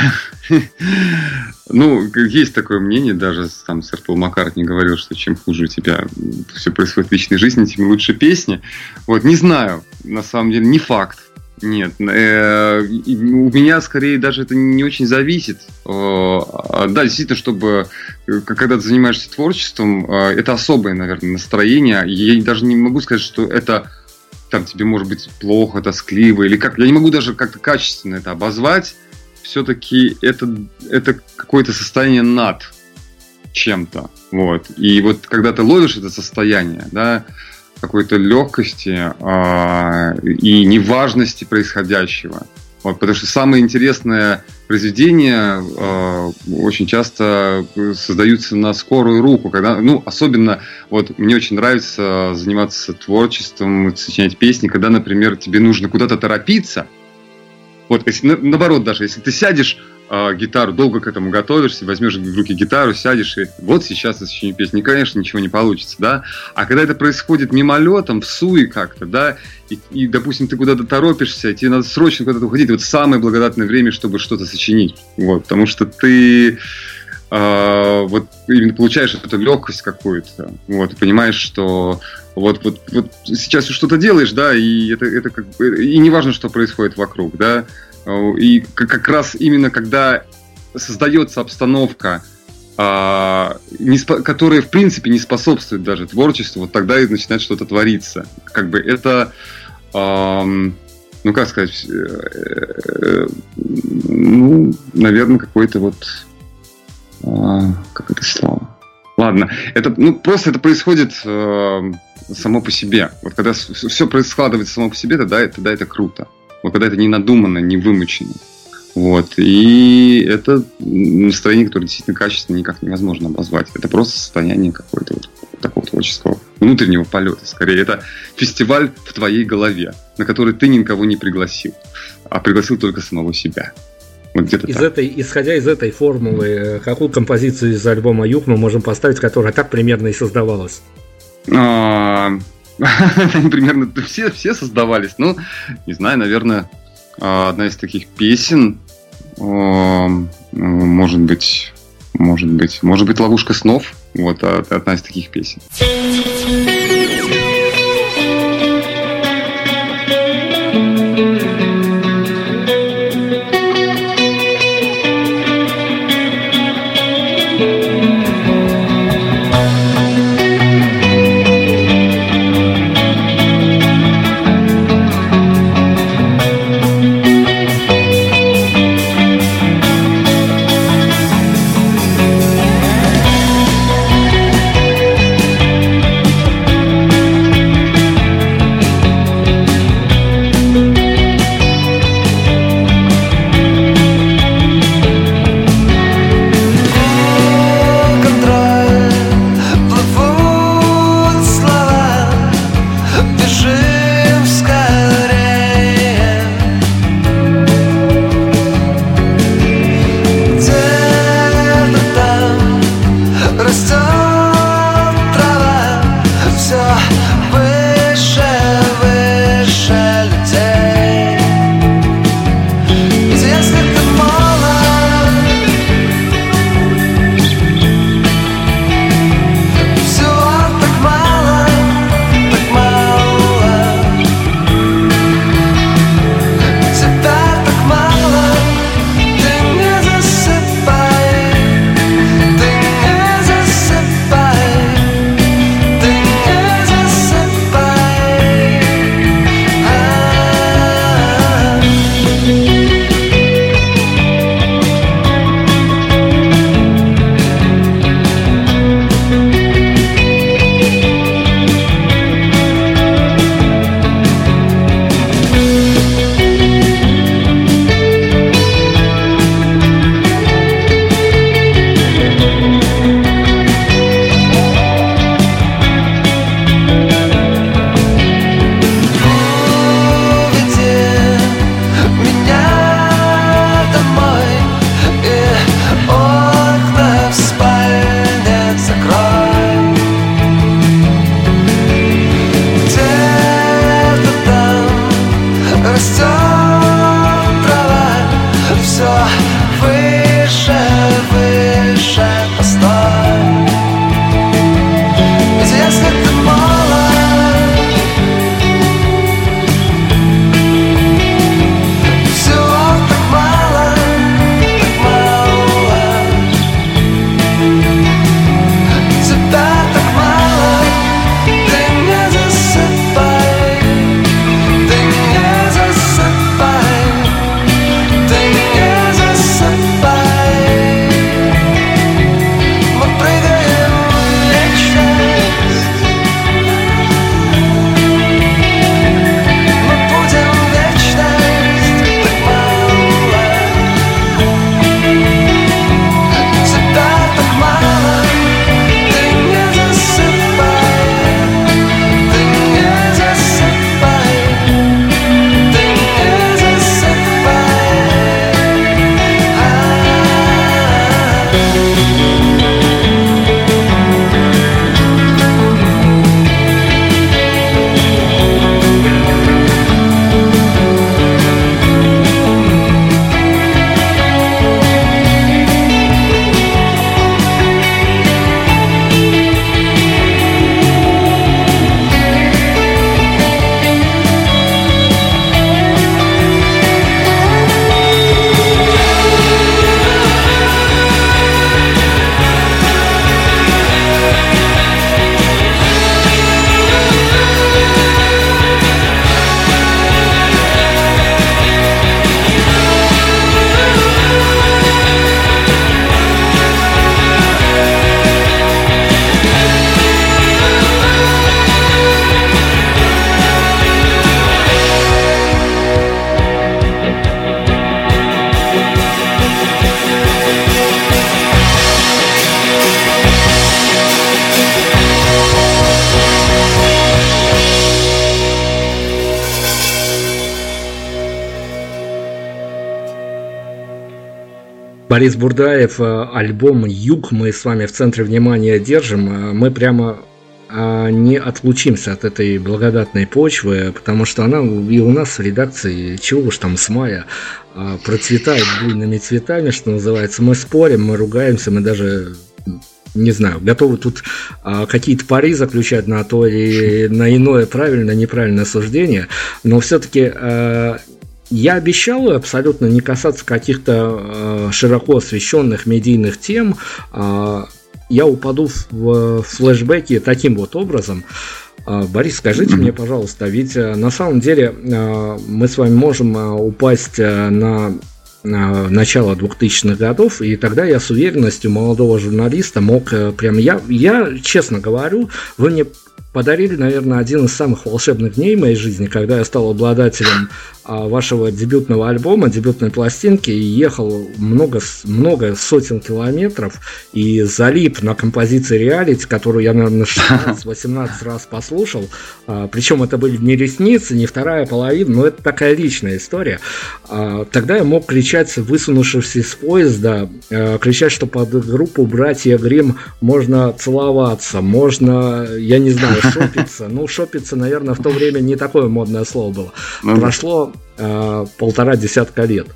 S4: ну, есть такое мнение, даже там сэр Пол Маккартни говорил, что чем хуже у тебя все происходит в личной жизни, тем лучше песни. Вот, не знаю, на самом деле, не факт. Нет, у меня скорее даже это не очень зависит. Да, действительно, чтобы когда ты занимаешься творчеством, это особое, наверное, настроение. Я даже не могу сказать, что это там тебе может быть плохо, тоскливо, или как. Я не могу даже как-то качественно это обозвать. Все-таки это, это какое-то состояние над чем-то. Вот. И вот когда ты ловишь это состояние, да, какой-то легкости э, и неважности происходящего. Вот, потому что самые интересные произведения э, очень часто создаются на скорую руку. Когда, ну, особенно вот, мне очень нравится заниматься творчеством, сочинять песни, когда, например, тебе нужно куда-то торопиться. Вот, если, наоборот, даже если ты сядешь э, гитару, долго к этому готовишься, возьмешь в руки гитару, сядешь, и вот сейчас я сочиню песню, конечно, ничего не получится, да. А когда это происходит мимолетом, в суе как-то, да, и, и, допустим, ты куда-то торопишься, тебе надо срочно куда-то уходить, вот самое благодатное время, чтобы что-то сочинить, вот, потому что ты вот именно получаешь эту легкость какую-то, вот, и понимаешь, что вот, вот, вот сейчас что-то делаешь, да, и это, это как бы, и не важно, что происходит вокруг, да, и как, как раз именно когда создается обстановка, а, не спо- которая в принципе не способствует даже творчеству, вот тогда и начинает что-то твориться, как бы это, а, ну как сказать, э, ну, наверное, какой-то вот как это слово? Ладно, это, ну, просто это происходит э, само по себе. Вот когда все складывается само по себе, тогда, тогда это круто. Вот когда это не надуманно, не вымучено. Вот. И это настроение, которое действительно качественно никак невозможно обозвать. Это просто состояние какого-то вот такого творческого внутреннего полета. Скорее, это фестиваль в твоей голове, на который ты никого не пригласил, а пригласил только самого себя. Вот
S3: из этой, исходя из этой формулы, какую композицию из альбома «Юг» мы можем поставить, которая так примерно и создавалась?
S4: Примерно все, все создавались. Ну, не знаю, наверное, одна из таких песен, может быть, может быть, может быть, «Ловушка снов». Вот одна из таких песен.
S3: Борис Бурдаев, альбом «Юг» мы с вами в центре внимания держим. Мы прямо не отлучимся от этой благодатной почвы, потому что она и у нас в редакции, чего уж там, с мая процветает буйными цветами, что называется. Мы спорим, мы ругаемся, мы даже... не знаю, готовы тут а, какие-то пари заключать на то или на иное правильное, неправильное суждение, но все-таки а, я обещал абсолютно не касаться каких-то а, широко освещенных медийных тем. А, я упаду в, в флешбеки таким вот образом. А, Борис, скажите мне, пожалуйста, ведь а, на самом деле а, мы с вами можем а, упасть а, на начала двухтысячных годов, и тогда я с уверенностью молодого журналиста мог прям... Я, я честно говорю, вы мне подарили, наверное, один из самых волшебных дней в моей жизни, когда я стал обладателем а, вашего дебютного альбома, дебютной пластинки, и ехал много, много сотен километров и залип на композиции «Реалити», которую я, наверное, шестнадцать-восемнадцать раз послушал. А, причем это были не ресницы, не вторая половина, но это такая личная история. А, тогда я мог кричать, высунувшись из поезда, а, кричать, что под группу «Братья Гримм» можно целоваться, можно, я не знаю, шопиться. Ну, шопиться, наверное, в то время не такое модное слово было. Ну, прошло э, полтора десятка лет.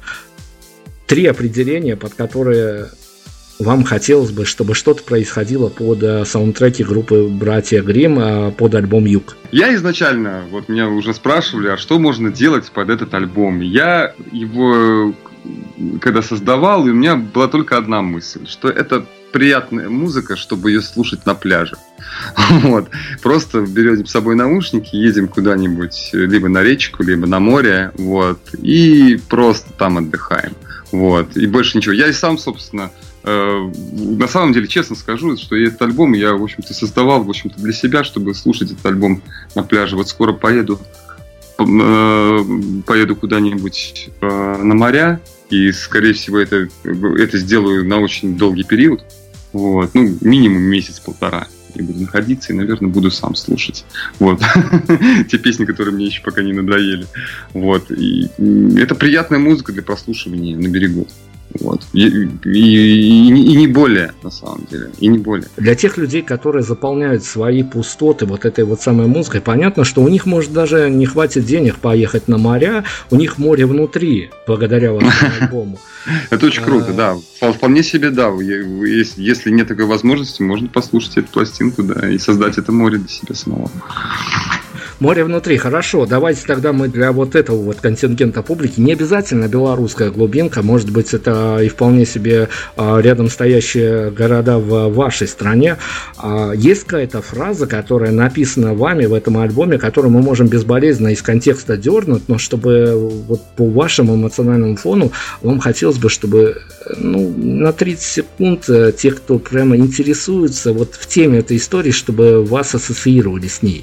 S3: Три определения, под которые вам хотелось бы, чтобы что-то происходило под э, саундтреки группы «Братья Гримм», э, под альбом «Юг».
S4: Я изначально, вот меня уже спрашивали, а что можно делать под этот альбом? Я его, когда создавал, и у меня была только одна мысль, что это приятная музыка, чтобы ее слушать на пляже. Вот. Просто берем с собой наушники, едем куда-нибудь, либо на речку, либо на море, вот, и просто там отдыхаем. Вот. И больше ничего. Я и сам, собственно, э, на самом деле, честно скажу, что этот альбом я, в общем-то, создавал, в общем-то, для себя, чтобы слушать этот альбом на пляже. Вот скоро поеду, э, поеду куда-нибудь э, на моря, и, скорее всего, это, это сделаю на очень долгий период. Вот. Ну, минимум месяц-полтора я буду находиться и, наверное, буду сам слушать. Вот. Те песни, которые мне еще пока не надоели. Вот. И это приятная музыка для прослушивания на берегу. Вот. И, и, и, и не более, на самом деле. И не более.
S3: Для тех людей, которые заполняют свои пустоты вот этой вот самой музыкой, понятно, что у них, может, даже не хватит денег поехать на моря, у них море внутри, благодаря вашему альбому.
S4: Это очень круто, да. Вполне себе, да. Если нет такой возможности, можно послушать эту пластинку, да, и создать это море для себя самого.
S3: Море внутри, хорошо. Давайте тогда мы для вот этого вот контингента публики, не обязательно белорусская глубинка, может быть, это и вполне себе а, рядом стоящие города в вашей стране. А, есть какая-то фраза, которая написана вами в этом альбоме, которую мы можем безболезненно из контекста дернуть, но чтобы вот по вашему эмоциональному фону вам хотелось бы, чтобы ну, на тридцать секунд те, кто прямо интересуется вот в теме этой истории, чтобы вас ассоциировали с ней.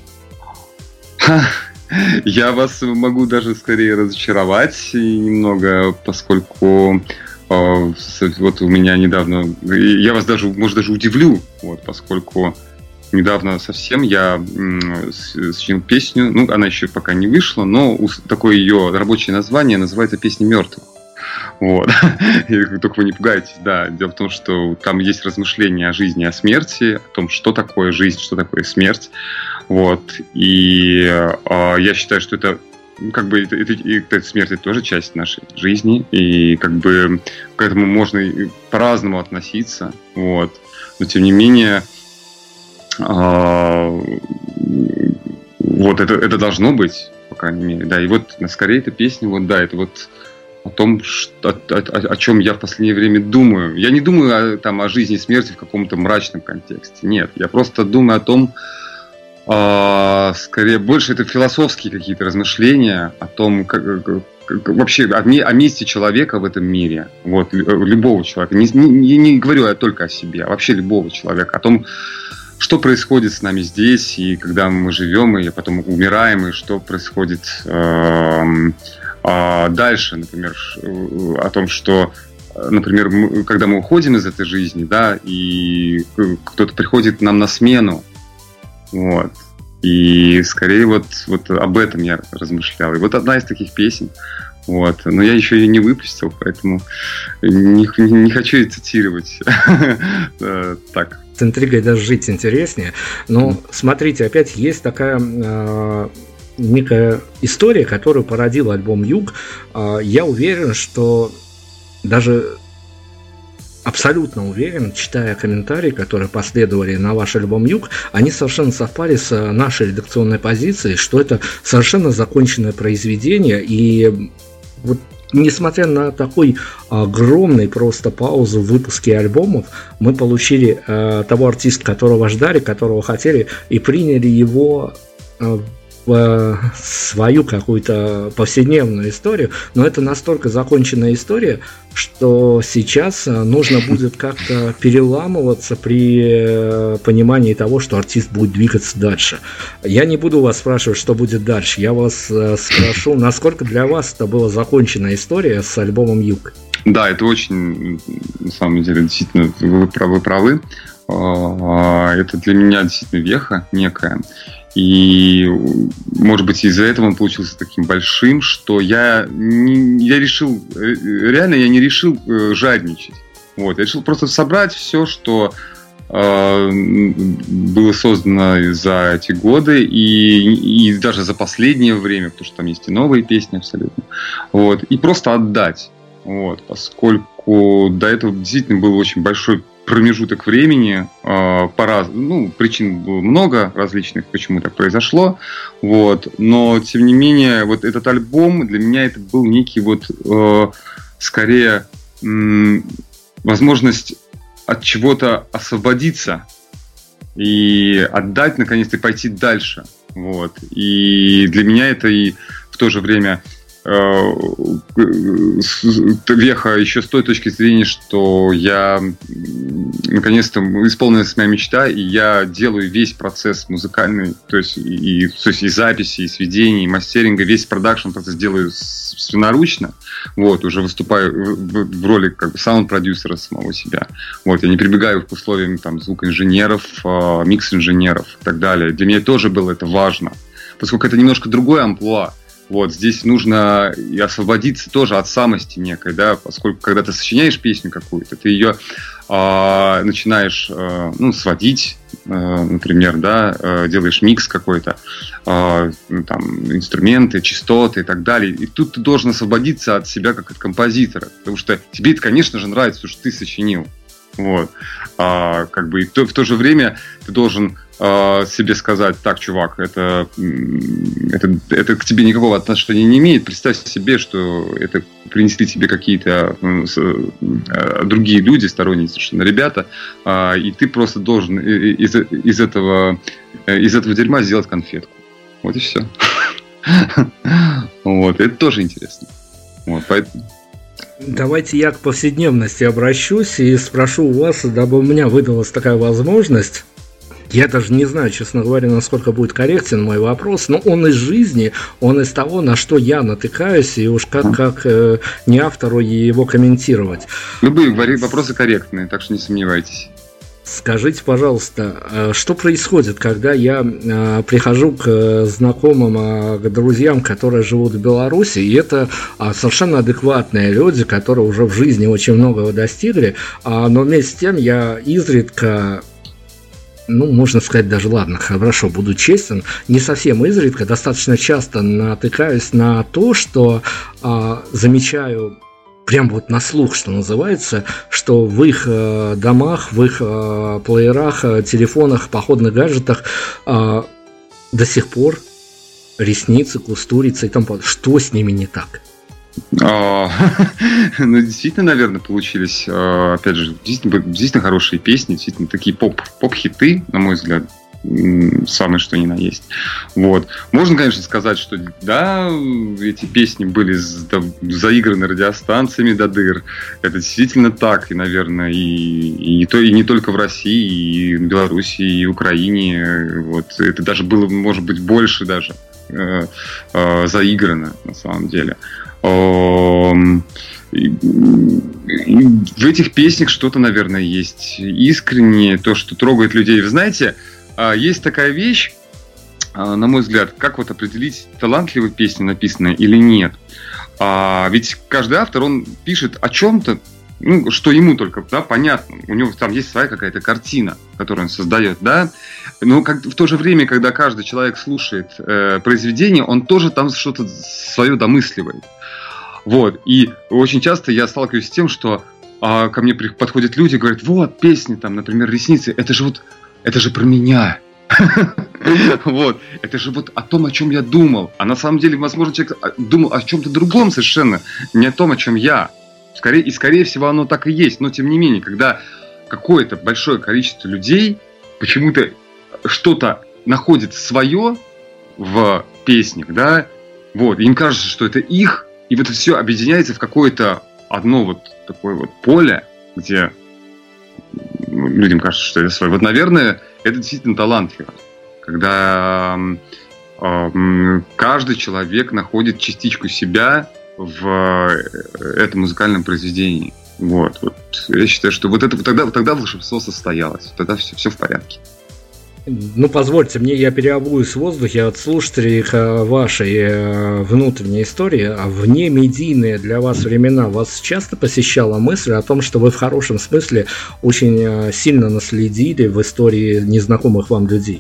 S4: Я вас могу даже скорее разочаровать немного, поскольку э, вот у меня недавно, я вас даже, может, даже удивлю, вот, поскольку недавно совсем я э, сочинил песню, ну, она еще пока не вышла, но такое ее рабочее название называется «Песня мертвых». Вот. Только вы не пугайтесь, да. Дело в том, что там есть размышления о жизни, о смерти, о том, что такое жизнь, что такое смерть. Вот. И э, я считаю, что это как бы это, это, это, смерть это тоже часть нашей жизни, и как бы к этому можно по-разному относиться. Вот. Но тем не менее, э, вот это, это должно быть, по крайней мере. Да. И вот скорее эта песня, вот да, это вот о том, что, о, о, о чем я в последнее время думаю. Я не думаю о, там, о жизни и смерти в каком-то мрачном контексте. Нет, я просто думаю о том, э, скорее, больше это философские какие-то размышления о том, как, как, вообще о, о месте человека в этом мире. Вот, любого человека. Не, не, не говорю я только о себе, а вообще любого человека. О том, что происходит с нами здесь, и когда мы живем, и потом умираем, и что происходит... Э, А дальше, например, о том, что, например, мы, когда мы уходим из этой жизни, да, и кто-то приходит к нам на смену, вот, и скорее вот, вот об этом я размышлял. И вот одна из таких песен, Вот. Но я еще ее не выпустил, поэтому не, не хочу ее цитировать. Так.
S3: С интригой даже жить интереснее. Но смотрите, опять есть такая э, некая история, которую породил альбом «Юг». Э, я уверен, что даже абсолютно уверен, читая комментарии, которые последовали на ваш альбом «Юг», они совершенно совпали с нашей редакционной позицией, что это совершенно законченное произведение. И вот несмотря на такой огромный просто паузу в выпуске альбомов, мы получили э, того артиста, которого ждали, которого хотели, и приняли его э, в свою какую-то повседневную историю. Но это настолько законченная история, что сейчас нужно будет как-то переламываться при понимании того, что артист будет двигаться дальше. Я не буду вас спрашивать, что будет дальше. Я вас спрошу, насколько для вас это была законченная история с альбомом «Юг».
S4: Да, это очень, на самом деле, действительно, вы правы, правы. Это для меня действительно веха некая. И, может быть, из-за этого он получился таким большим, что я, не, я решил, реально я не решил жадничать. Вот, я решил просто собрать все, что э, было создано за эти годы и, и даже за последнее время, потому что там есть и новые песни абсолютно. Вот, и просто отдать. Вот, поскольку до этого действительно был очень большой промежуток времени, э, по раз... ну, причин было много различных, почему так произошло, вот, но, тем не менее, вот этот альбом для меня это был некий вот, э, скорее, м- возможность от чего-то освободиться и отдать, наконец-то, и пойти дальше, вот, и для меня это и в то же время веха еще с той точки зрения, что я наконец-то исполнилась моя мечта, и я делаю весь процесс музыкальный, то есть и, то есть и записи, и сведения, и мастеринга, весь продакшн процесс делаю собственноручно, вот, уже выступаю в, в роли как бы саунд-продюсера самого себя. Вот, я не прибегаю к условиям там, звукоинженеров, микс-инженеров и так далее. Для меня тоже было это важно, поскольку это немножко другое амплуа. Вот, здесь нужно и освободиться тоже от самости некой, да, поскольку когда ты сочиняешь песню какую-то, ты ее э, начинаешь э, ну, сводить, э, например, да, э, делаешь микс какой-то, э, там, инструменты, частоты и так далее. И тут ты должен освободиться от себя как от композитора, потому что тебе это, конечно же, нравится, потому что ты сочинил. Вот. А, как бы, и то, в то же время ты должен а, себе сказать: так, чувак, это, это, это к тебе никакого отношения не имеет. Представь себе, что это принесли тебе какие-то а, другие люди, сторонние совершенно ребята, а, и ты просто должен из, из, этого, из этого дерьма сделать конфетку. Вот и все. Вот, это тоже интересно. Вот, поэтому...
S3: Давайте я к повседневности обращусь и спрошу у вас, дабы у меня выдалась такая возможность. Я даже не знаю, честно говоря, насколько будет корректен мой вопрос, но он из жизни, он из того, на что я натыкаюсь, и уж как, как э, не автору его комментировать.
S4: Любые вопросы корректные, так что не сомневайтесь.
S3: Скажите, пожалуйста, что происходит, когда я э, прихожу к знакомым, э, к друзьям, которые живут в Беларуси, и это э, совершенно адекватные люди, которые уже в жизни очень многого достигли, э, но вместе с тем я изредка, ну, можно сказать даже, ладно, хорошо, буду честен, не совсем изредка, достаточно часто натыкаюсь на то, что э, замечаю... Прям вот на слух, что называется, что в их э, домах, в их э, плеерах, э, телефонах, походных гаджетах э, до сих пор ресницы, кустурицы и тому подобное. Что с ними не так?
S4: Ну, действительно, наверное, получились, опять же, действительно, действительно хорошие песни, действительно такие поп, поп-хиты, на мой взгляд. Самое что ни на есть. Вот. Можно, конечно, сказать, что да, эти песни были заиграны радиостанциями до дыр. Это действительно так, и, наверное, и, и, не, то, и не только в России, и в Беларуси, и в Украине. Вот. Это даже было, может быть, больше даже э, э, заиграно, на самом деле. Э, и, и в этих песнях что-то, наверное, есть искреннее, то, что трогает людей. Вы знаете, есть такая вещь, на мой взгляд, как вот определить, талантливая песня написанная или нет. А ведь каждый автор, он пишет о чем-то, ну, что ему только, да, понятно. У него там есть своя какая-то картина, которую он создает, да. Но как, в то же время, когда каждый человек слушает э, произведение, он тоже там что-то свое домысливает. Вот. И очень часто я сталкиваюсь с тем, что а, ко мне подходят люди и говорят: вот, песни, там, например, «Ресницы», это же вот, это же про меня. Вот, это же вот о том, о чем я думал. А на самом деле, возможно, человек думал о чем-то другом совершенно, не о том, о чем я. Скорее, и, скорее всего, оно так и есть. Но, тем не менее, когда какое-то большое количество людей почему-то что-то находит свое в песнях, да, вот, им кажется, что это их, и вот это все объединяется в какое-то одно вот такое вот поле, где людям кажется, что это свое. Вот, наверное, это действительно талантливо, когда э, каждый человек находит частичку себя в этом музыкальном произведении. Вот, вот. Я считаю, что вот это тогда, тогда волшебство состоялось, тогда все, все в порядке.
S3: Ну, позвольте мне, я переобуюсь в воздухе от слушателей вашей внутренней истории, а вне медийные для вас времена вас часто посещала мысль о том, что вы в хорошем смысле очень сильно наследили в истории незнакомых вам людей?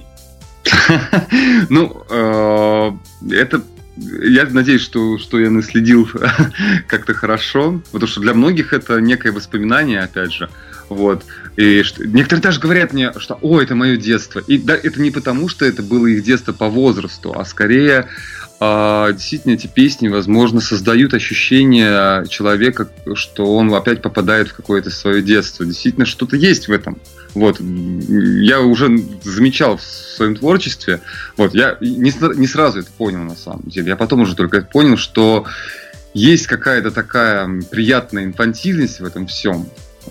S4: Ну, это... Я надеюсь, что, что я наследил как-то хорошо, потому что для многих это некое воспоминание, опять же. Вот. И что, некоторые даже говорят мне, что «О, это мое детство». И да, это не потому, что это было их детство по возрасту, а скорее э, действительно эти песни, возможно, создают ощущение человека, что он опять попадает в какое-то свое детство. Действительно, что-то есть в этом. Вот. Я уже замечал в своем творчестве, вот, я не, не сразу это понял на самом деле. Я потом уже только это понял, что есть какая-то такая приятная инфантильность в этом всем.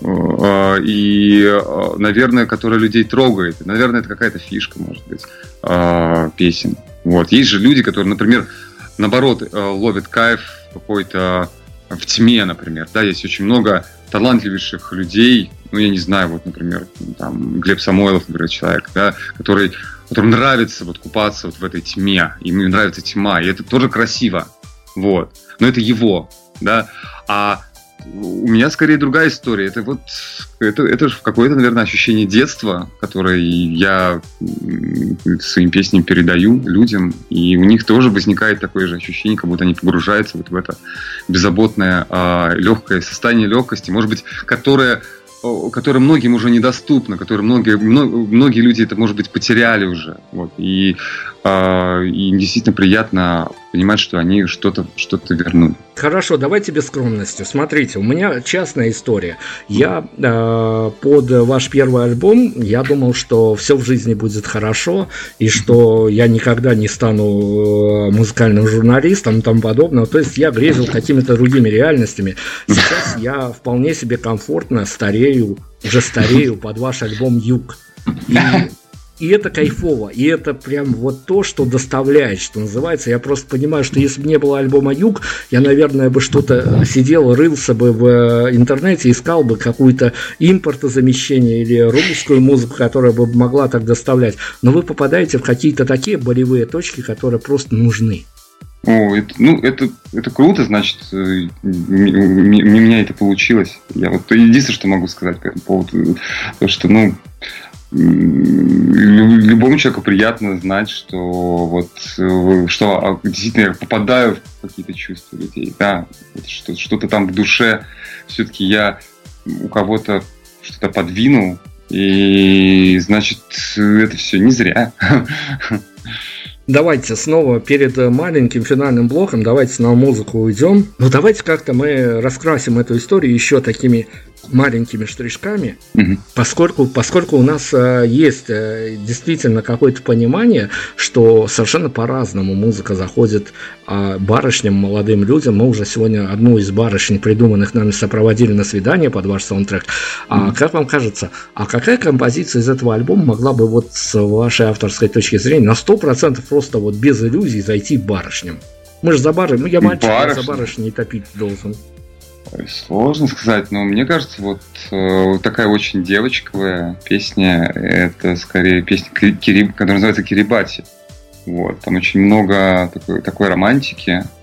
S4: И, наверное, которая людей трогает. Наверное, это какая-то фишка, может быть, песен. Вот. Есть же люди, которые, например, наоборот, ловят кайф какой-то в тьме, например. Да, есть очень много талантливейших людей. Ну, я не знаю, вот, например, там, Глеб Самойлов, например, человек, да, который, которому нравится вот купаться вот в этой тьме. Ему нравится тьма, и это тоже красиво. Вот. Но это его, да. А у меня скорее другая история. Это вот это, это же какое-то, наверное, ощущение детства, которое я своим песням передаю людям, и у них тоже возникает такое же ощущение, как будто они погружаются вот в это беззаботное, легкое состояние легкости, может быть, которое которое многим уже недоступно, которое многие, многие люди это, может быть, потеряли уже. Вот. И, э, и действительно приятно понимать, что они что-то, что-то вернули.
S3: Хорошо, давайте без скромности. Смотрите, у меня частная история. Я э, под ваш первый альбом, я думал, что все в жизни будет хорошо, и что я никогда не стану музыкальным журналистом и тому подобное. То есть я грезил какими-то другими реальностями. Сейчас я вполне себе комфортно старею, уже старею под ваш альбом «Юг». И... И это кайфово, и это прям вот то, что доставляет, что называется. Я просто понимаю, что если бы не было альбома «Юг», я, наверное, бы что-то сидел, рылся бы в интернете, искал бы какое-то импортозамещение или русскую музыку, которая бы могла так доставлять. Но вы попадаете в какие-то такие болевые точки, которые просто нужны.
S4: О, это, ну, это, это круто, значит, у меня это получилось. Я вот единственное, что могу сказать по этому поводу, то, что, ну, любому человеку приятно знать, что вот что действительно я попадаю в какие-то чувства людей, да, что, что-то там в душе все-таки я у кого-то что-то подвинул, и значит это все не зря.
S3: Давайте снова перед маленьким финальным блоком, давайте на музыку уйдем. Ну давайте как-то мы раскрасим эту историю еще такими маленькими штришками, mm-hmm. поскольку, поскольку у нас э, есть э, действительно какое-то понимание, что совершенно по-разному музыка заходит э, барышням, молодым людям. Мы уже сегодня одну из барышень, придуманных нами, сопроводили на свидание под ваш саундтрек. Mm-hmm. А как вам кажется, а какая композиция из этого альбома могла бы вот с вашей авторской точки зрения на сто процентов просто вот без иллюзий зайти барышням? Мы же за барышню, ну я мальчик, я за барышней топить должен.
S4: Сложно сказать, но мне кажется, вот э, такая очень девочковая песня, это скорее песня, Кири, которая называется «Кирибати». Вот, там очень много такой, такой романтики,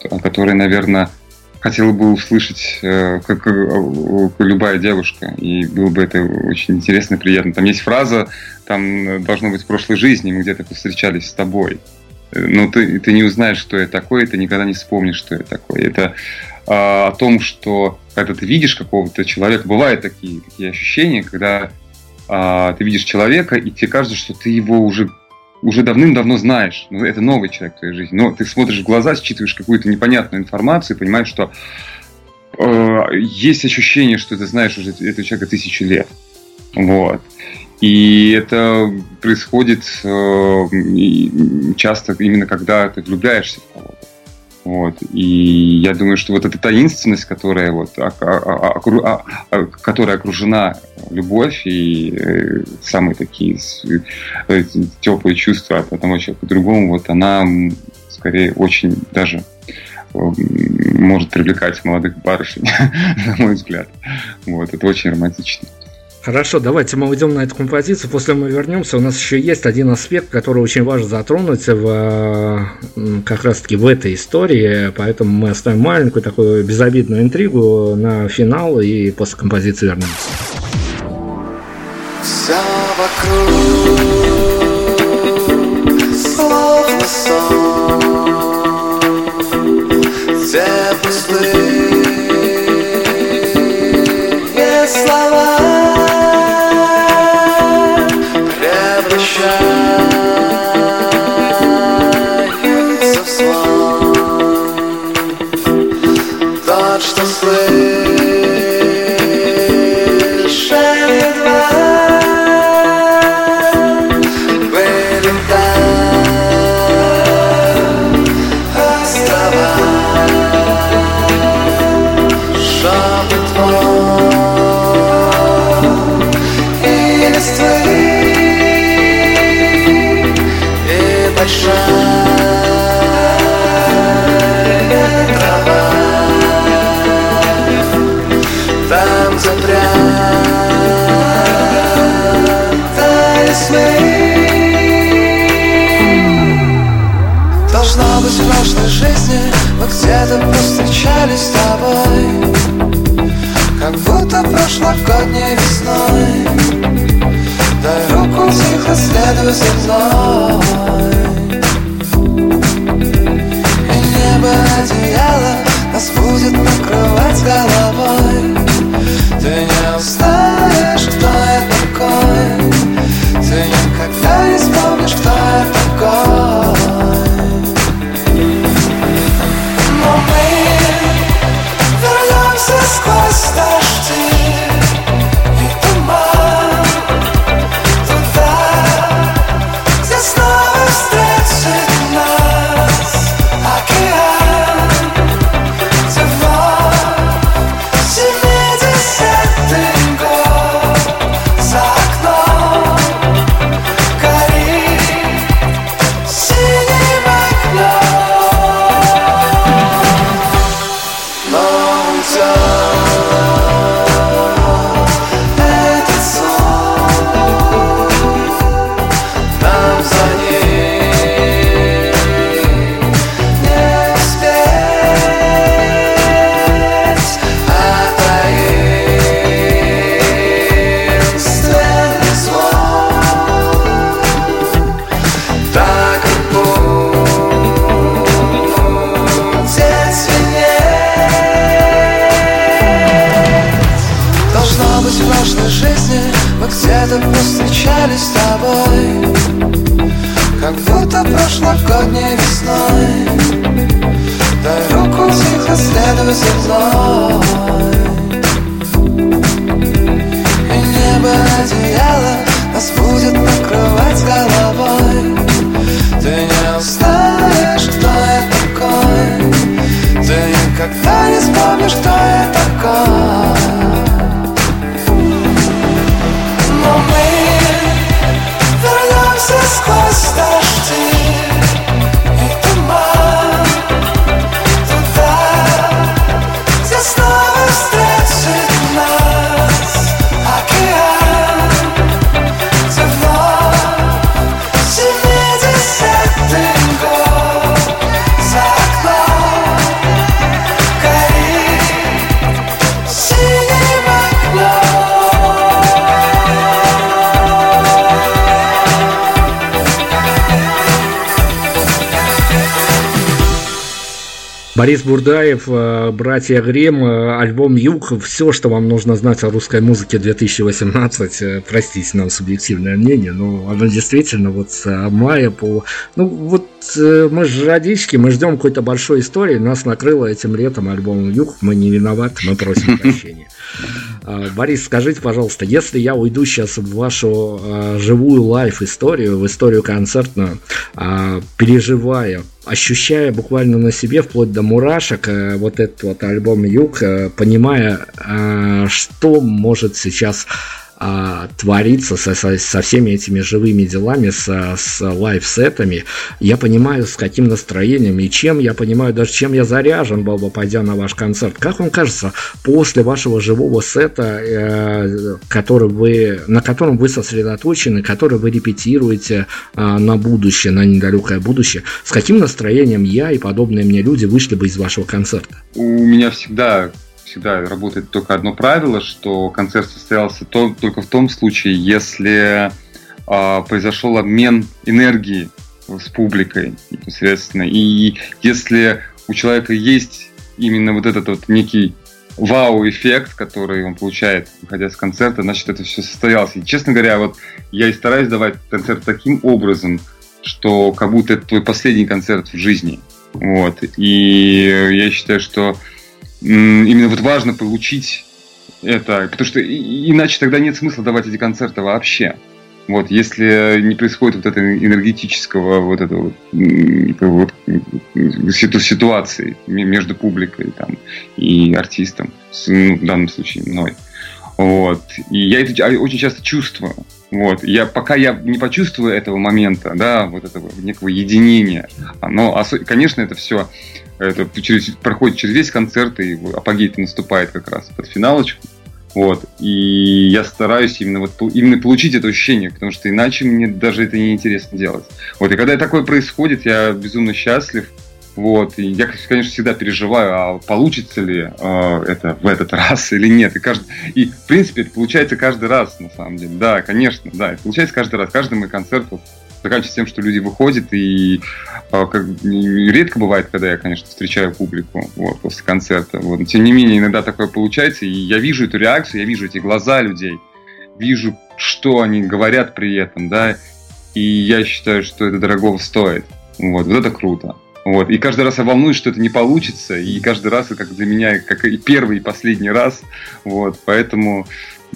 S4: которые, наверное, хотела бы услышать э, как, как любая девушка, и было бы это очень интересно и приятно. Там есть фраза, там должно быть в прошлой жизни, мы где-то повстречались с тобой. Но ты, ты не узнаешь, что это такое, ты никогда не вспомнишь, что это такое. Это э, о том, что когда ты видишь какого-то человека, бывают такие, такие ощущения, когда э, ты видишь человека, и тебе кажется, что ты его уже уже давным-давно знаешь, но это новый человек в твоей жизни. Но ты смотришь в глаза, считываешь какую-то непонятную информацию и понимаешь, что э, есть ощущение, что ты знаешь уже этого человека тысячу лет. Вот. И это происходит э, часто именно когда ты влюбляешься в кого-то. Вот. И я думаю, что вот эта таинственность, которая, вот, а, а, а, а, которая окружена любовь и э, самые такие э, теплые чувства от одного человека к другому, вот она скорее очень даже э, может привлекать молодых барышень, на мой взгляд. Вот. Это очень романтично.
S3: Хорошо, давайте мы уйдем на эту композицию, после мы вернемся. У нас еще есть один аспект, который очень важно затронуть в, как раз таки в этой истории, поэтому мы оставим маленькую такую безобидную интригу на финал и после композиции вернемся.
S5: Все вокруг словно сон, где пустые слова превращаются в сон. Тот, что слышишь едва, вылетай, оставай шепот твой и листвы. Большая трава, там запрятались мы. Должно быть в прошлой жизни мы где-то повстречались с тобой, как будто прошлогодней весной. Дай руку, тихо следуй за мной. Одеяло нас будет накрывать головой. Ты не узнаешь, кто я такой. Ты никогда не вспомнишь, кто я такой. Но мы вернемся сквозь дожди и туман туда, где снова встретит нас океан, где вновь семидесятый год за окном горит синим огнем. Но уйдет этот сон, нам за ним не успеть, а таинственный звон так и будет звенеть. Должно быть в прошлой жизни мы где-то повстречались с тобой, как будто прошлогодней весной. Дай руку, тихо следуй за мной. И небо одеяло нас будет накрывать головой. Ты не узнаешь, кто я такой. Ты никогда не вспомнишь, кто я такой. Но мы вернемся сквозь дожди и туман туда, где снова встретит нас океан, где вновь
S3: Борис Бурдаев, братья Гримм, альбом «Юг», все, что вам нужно знать о русской музыке две тысячи восемнадцать, простите нам субъективное мнение, но оно действительно вот с мая по... Ну вот мы же родички, мы ждем какой-то большой истории, нас накрыло этим летом альбомом «Юг», мы не виноваты, мы просим прощения. Борис, скажите, пожалуйста, если я уйду сейчас в вашу живую лайф-историю, в историю концертную, переживая, ощущая буквально на себе, вплоть до мурашек, вот этот вот альбом «Юг», понимая, что может сейчас твориться со, со, со всеми этими живыми делами, со, с лайв-сетами, я понимаю, с каким настроением и чем, я понимаю даже, чем я заряжен был бы, пойдя на ваш концерт. Как вам кажется, после вашего живого сета, э, который вы, на котором вы сосредоточены, который вы репетируете э, на будущее, на недалекое будущее, с каким настроением я и подобные мне люди вышли бы из вашего концерта?
S4: У меня всегда... всегда работает только одно правило, что концерт состоялся то, только в том случае, если э, произошел обмен энергии с публикой непосредственно. И если у человека есть именно вот этот вот некий вау-эффект, который он получает, выходя с концерта, значит, это все состоялось. И, честно говоря, вот я и стараюсь давать концерт таким образом, что как будто это твой последний концерт в жизни. Вот. И я считаю, что именно вот важно получить это, потому что иначе тогда нет смысла давать эти концерты вообще. Вот, если не происходит вот этого энергетического вот этого вот, вот ситуации между публикой там, и артистом, ну, в данном случае мной. Вот. И я это очень часто чувствую. Вот. Я, пока я не почувствую этого момента, да, вот этого некого единения, но, конечно, это все это через, проходит через весь концерт, и апогей наступает как раз под финалочку. Вот. И я стараюсь именно, вот, именно получить это ощущение, потому что иначе мне даже это не интересно делать. Вот. И когда такое происходит, я безумно счастлив. Вот. И я, конечно, всегда переживаю, а получится ли э, это в этот раз или нет. И, каждый... и, в принципе, это получается каждый раз, на самом деле. Да, конечно, да. Это получается каждый раз. Каждый мой концерт вот, заканчивается тем, что люди выходят, и э, как, редко бывает, когда я, конечно, встречаю публику вот, после концерта. Вот. Но, тем не менее, иногда такое получается, и я вижу эту реакцию, я вижу эти глаза людей, вижу, что они говорят при этом, да, и я считаю, что это дорогого стоит. Вот, вот это круто. Вот. И каждый раз я волнуюсь, что это не получится, и каждый раз это как для меня как и первый, и последний раз. Вот. Поэтому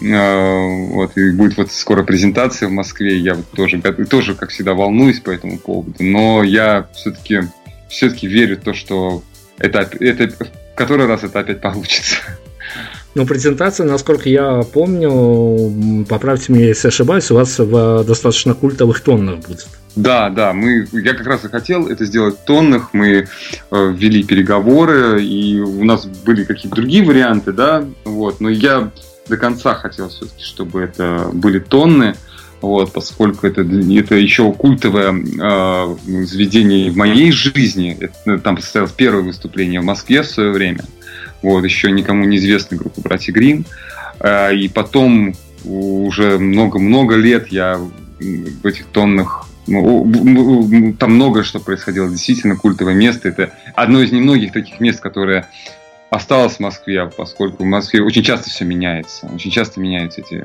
S4: э, вот, и будет вот скоро презентация в Москве, я вот тоже, тоже, как всегда, волнуюсь по этому поводу, но я все-таки, все-таки верю в то, что это, это, в который раз это опять получится.
S3: Ну, презентация, насколько я помню, поправьте меня, если ошибаюсь, у вас в достаточно культовых тоннах будет.
S4: Да, да, мы, я как раз и хотел это сделать в тоннах, мы э, ввели переговоры, и у нас были какие-то другие варианты, да, вот, но я до конца хотел все-таки, чтобы это были тонны, вот, поскольку это, это еще культовое э, заведение в моей жизни, это, там состоялось первое выступление в Москве в свое время, вот, еще никому неизвестной группы «Братья Гримм», э, и потом уже много-много лет я в этих тоннах. Там многое что происходило, действительно культовое место. Это одно из немногих таких мест, которое осталось в Москве, поскольку в Москве очень часто все меняется. Очень часто меняются эти,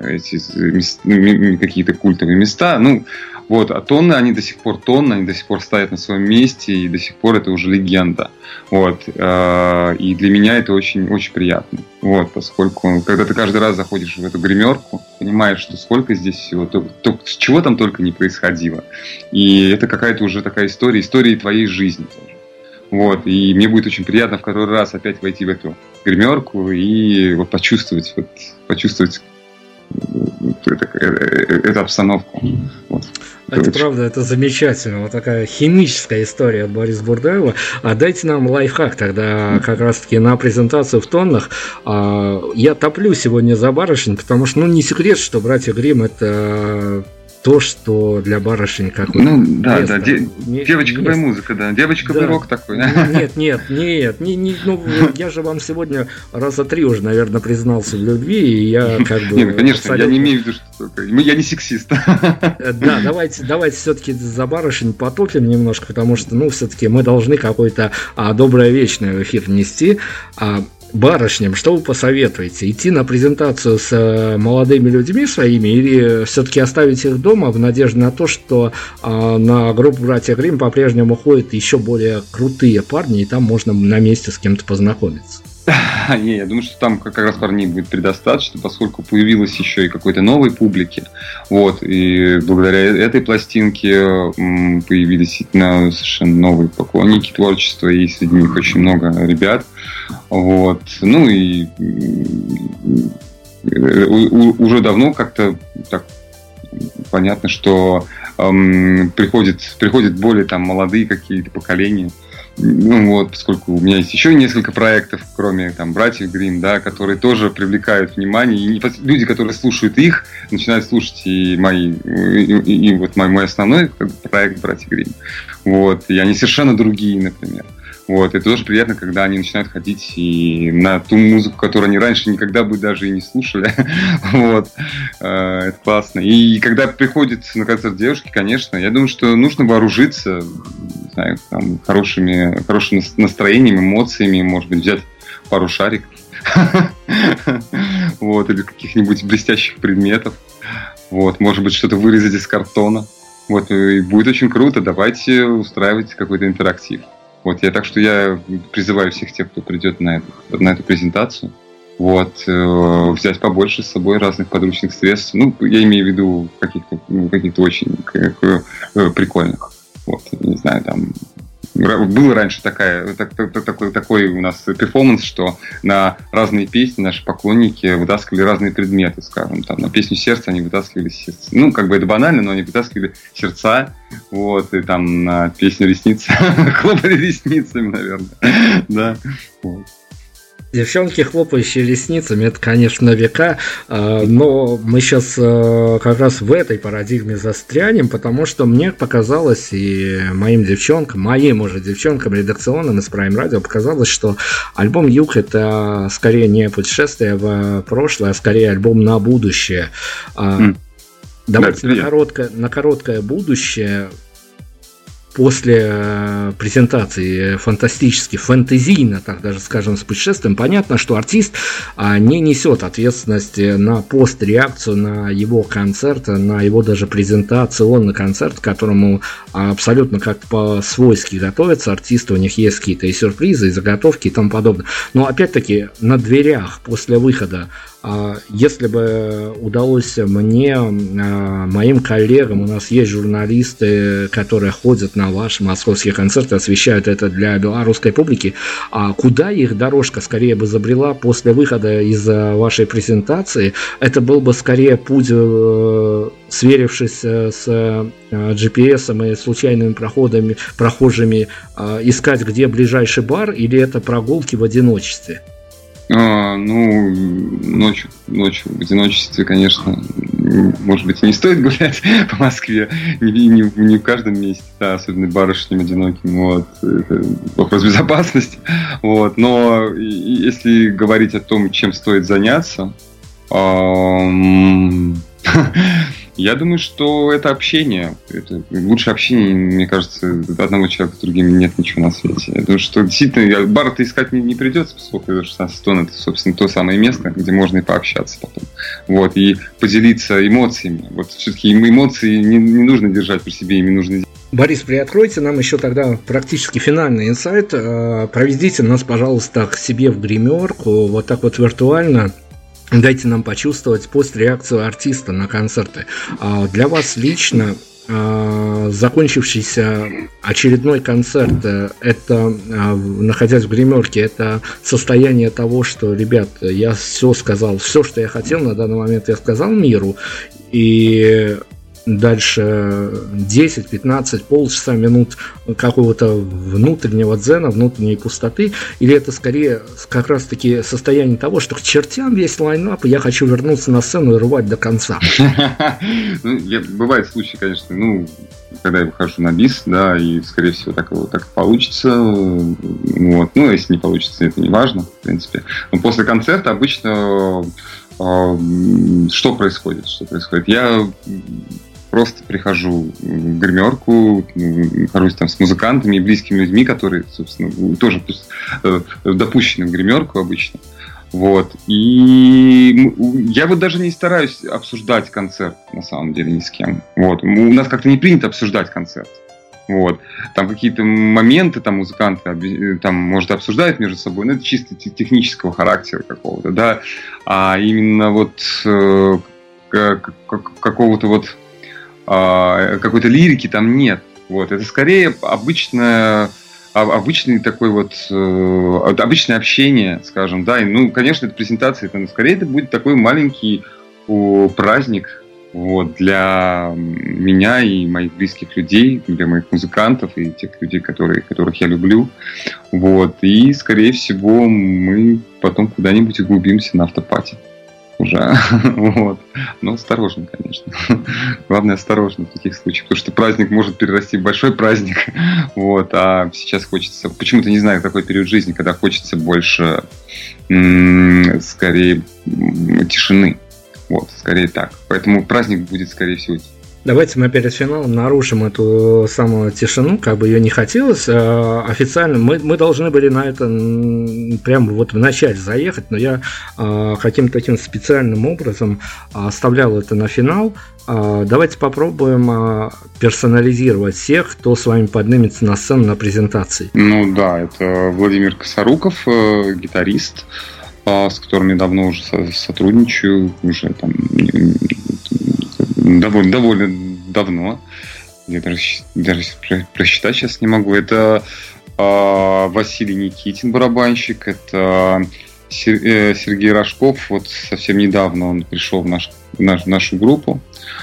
S4: эти какие-то культовые места. Ну, вот, а тонны, они до сих пор тонны, они до сих пор стоят на своем месте, и до сих пор это уже легенда. Вот, и для меня это очень, очень приятно. Вот, поскольку, когда ты каждый раз заходишь в эту гримерку, понимаешь, что сколько здесь всего, то, то, чего там только не происходило. И это какая-то уже такая история, история твоей жизни тоже. Вот, и мне будет очень приятно в который раз опять войти в эту гримерку и вот почувствовать, вот, почувствовать эту обстановку. Вот.
S3: Это, это правда, это замечательно. Вот такая химическая история от Бориса Бурдаева. А дайте нам лайфхак тогда как раз-таки на презентацию в тоннах. Я топлю сегодня за барышень, потому что, ну, не секрет, что «Братья Гримм» — это то, что для барышень какой-то...
S4: Ну, да,
S3: место,
S4: да, де-
S3: не,
S4: девочковая
S3: место.
S4: музыка, да, девочковый
S3: да.
S4: рок такой.
S3: Нет, нет, нет, не, не, ну, я же вам сегодня раза три уже, наверное, признался в любви, и я как бы...
S4: Нет, конечно,
S3: абсолютно...
S4: я не имею в виду, что... Я не сексист.
S3: Да, давайте, давайте все-таки за барышень потопим немножко, потому что, ну, все-таки мы должны какой-то а, доброе вечное в эфир нести. А, барышням, что вы посоветуете? Идти на презентацию с э, молодыми людьми своими или все-таки оставить их дома в надежде на то, что э, на группу «Братья Гримм» по-прежнему ходят еще более крутые парни, и там можно на месте с кем-то познакомиться?
S4: Не, я думаю, что там как раз парней будет предостаточно, поскольку появилось еще и какой-то новой публики. Вот, и благодаря этой пластинке м, появились совершенно новые поклонники творчества, и среди них очень много ребят. Вот, ну и уже давно как-то так понятно, что эм, приходят, приходят более там молодые какие-то поколения. Ну вот, поскольку у меня есть еще несколько проектов, кроме там братьев Гримм, да, которые тоже привлекают внимание, и люди, которые слушают их, начинают слушать и мои, и, и, и вот мой, мой основной проект братьев Гримм. Вот, и они совершенно другие, например. Вот, это тоже приятно, когда они начинают ходить и на ту музыку, которую они раньше никогда бы даже и не слушали. Вот, это классно. И когда приходят на концерт девушки, конечно, я думаю, что нужно вооружиться, не знаю, там, хорошими, хорошим настроением, эмоциями, может быть, взять пару шариков, вот, или каких-нибудь блестящих предметов, вот, может быть, что-то вырезать из картона. Вот, и будет очень круто. Давайте устраивать какой-то интерактив. Вот, я так что я призываю всех тех, кто придет на эту, на эту презентацию, вот, э, взять побольше с собой разных подручных средств. Ну, я имею в виду каких-то, ну, каких-то очень как, э, прикольных. Вот, не знаю, там. Был раньше такая, так, так, такой, такой у нас перформанс, что на разные песни наши поклонники вытаскивали разные предметы, скажем, там на песню «Сердце» они вытаскивали сердце. Ну, как бы это банально, но они вытаскивали сердца, вот, и там на песню «Ресницы» хлопали ресницами, наверное, да, вот.
S3: Девчонки, хлопающие ресницами, это, конечно, на века, но мы сейчас как раз в этой парадигме застрянем, потому что мне показалось, и моим девчонкам, моим уже девчонкам редакционным из Prime Radio показалось, что альбом «Юг» — это скорее не путешествие в прошлое, а скорее альбом на будущее. Mm. Давайте да, на, короткое, на короткое будущее. После презентации фантастически, фэнтезийно, так даже скажем, с путешествием, понятно, что артист не несет ответственности на постреакцию на его концерт, на его даже презентационный концерт, к которому абсолютно как по-свойски готовятся артисты, у них есть какие-то и сюрпризы, и заготовки и тому подобное. Но опять-таки на дверях после выхода, если бы удалось мне, моим коллегам, у нас есть журналисты, которые ходят на ваши московские концерты, освещают это для белорусской публики, а куда их дорожка скорее бы забрела после выхода из вашей презентации, это был бы скорее путь, сверившись с джи пи эс и случайными проходами, прохожими, искать, где ближайший бар, или это прогулки в одиночестве?
S4: А, ну, ночью, ночью в одиночестве, конечно, может быть, и не стоит гулять по Москве, не, не, не в каждом месте, да, особенно барышням одиноким, вот, это вопрос безопасности, вот, но если говорить о том, чем стоит заняться, я думаю, что это общение. Это лучше общение, мне кажется, одного человека с другим нет ничего на свете. Я думаю, что действительно бар-то искать не, не придется, поскольку шестнадцать тонн — это, собственно, то самое место, где можно и пообщаться потом. Вот, и поделиться эмоциями. Вот все-таки эмоции не, не нужно держать при себе, ими нужно...
S3: Борис, приоткройте нам еще тогда практически финальный инсайт. Проведите нас, пожалуйста, к себе в гримерку, вот так вот виртуально. Дайте нам почувствовать постреакцию артиста на концерты. Для вас лично закончившийся очередной концерт, это, находясь в гримерке, это состояние того, что, ребят, я все сказал, все, что я хотел на данный момент, я сказал миру, и дальше десять, пятнадцать, полчаса, минут какого-то внутреннего дзена, внутренней пустоты, или это скорее как раз-таки состояние того, что к чертям весь лайнап, и я хочу вернуться на сцену и рвать до конца?
S4: Бывают случаи, конечно, ну, когда я выхожу на бис, да, и, скорее всего, так, так получится. Вот. Ну, если не получится, это не важно, в принципе. Но после концерта обычно э, что происходит? Что происходит? Я просто прихожу в гримерку, нахожусь там с музыкантами и близкими людьми, которые, собственно, тоже допущены в гримерку обычно. Вот. И я вот даже не стараюсь обсуждать концерт, на самом деле, ни с кем. Вот. У нас как-то не принято обсуждать концерт. Вот. Там какие-то моменты там музыканты там, может, обсуждают между собой, но это чисто технического характера какого-то, да. А именно вот э, какого-то вот э, какой-то лирики там нет. Вот. Это скорее обычная обычный такой вот э, обычное общение, скажем, да, и, ну, конечно, это презентация, это, скорее это будет такой маленький о, праздник, вот, для меня и моих близких людей, для моих музыкантов и тех людей, которые, которых я люблю, вот, и, скорее всего, мы потом куда-нибудь углубимся на автопати. Уже. Вот. Но осторожно, конечно. Главное, осторожно в таких случаях, потому что праздник может перерасти в большой праздник. Вот. А сейчас хочется, почему-то не знаю, такой период жизни, когда хочется больше, м- скорее, м- тишины. Вот, скорее так. Поэтому праздник будет, скорее всего.
S3: Давайте мы перед финалом нарушим эту самую тишину, как бы ее не хотелось. Официально мы, мы должны были на это прямо вот в начале заехать, но я каким-то таким специальным образом оставлял это на финал. Давайте попробуем персонализировать всех, кто с вами поднимется на сцену на презентации.
S4: Ну да, это Владимир Косоруков, гитарист, с которым я давно уже сотрудничаю, уже там довольно, довольно давно. Я даже, даже просчитать сейчас не могу. Это э, Василий Никитин, барабанщик, это Сергей Рожков. Вот совсем недавно он пришел в, наш, в, наш, в нашу группу.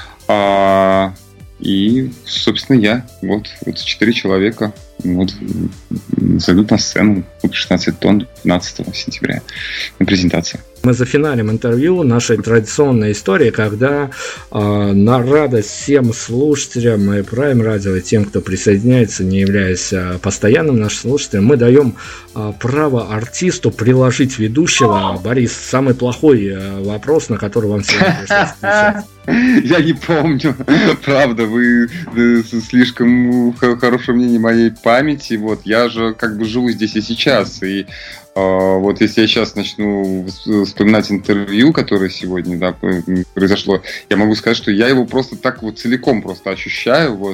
S4: А, и, собственно, я. Вот, вот четыре человека вот, зайдут на сцену шестнадцать тонн пятнадцатого сентября на презентации.
S3: Мы зафиналим интервью нашей традиционной истории, когда э, на радость всем слушателям Prime Radio и тем, кто присоединяется, не являясь э, постоянным нашим слушателем, мы даем э, право артисту приложить ведущего. Борис, самый плохой э, вопрос, на который вам сегодня пришлось отвечать.
S4: Я не помню, правда, вы, вы слишком хорошее мнение моей памяти. Вот я же как бы живу здесь и сейчас, и вот если я сейчас начну вспоминать интервью, которое сегодня, да, произошло, я могу сказать, что я его просто так вот целиком просто ощущаю. Вот,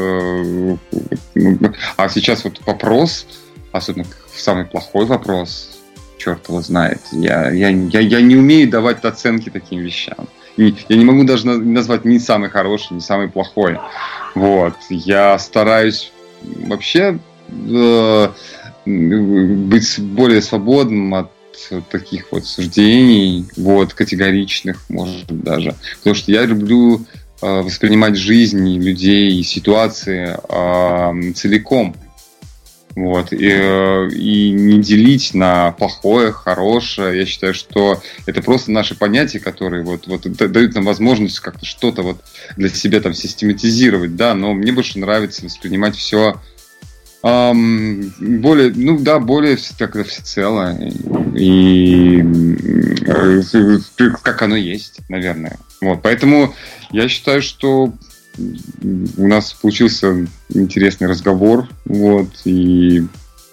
S4: а сейчас вот вопрос, особенно самый плохой вопрос, черт его знает. Я, я, я, я не умею давать оценки таким вещам. И я не могу даже назвать ни самый хороший, ни самый плохой. Вот. Я стараюсь вообще э, быть более свободным от таких вот суждений, вот, категоричных, может быть, даже. Потому что я люблю э, воспринимать жизнь и людей, и ситуации э, целиком. Вот, и, и не делить на плохое, хорошее. Я считаю, что это просто наши понятия, которые вот, вот дают нам возможность как-то что-то вот для себя там систематизировать, да, но мне больше нравится воспринимать все эм, более, ну да, более как-то всецело и, и как оно есть, наверное. Вот, поэтому я считаю, что у нас получился интересный разговор, вот, и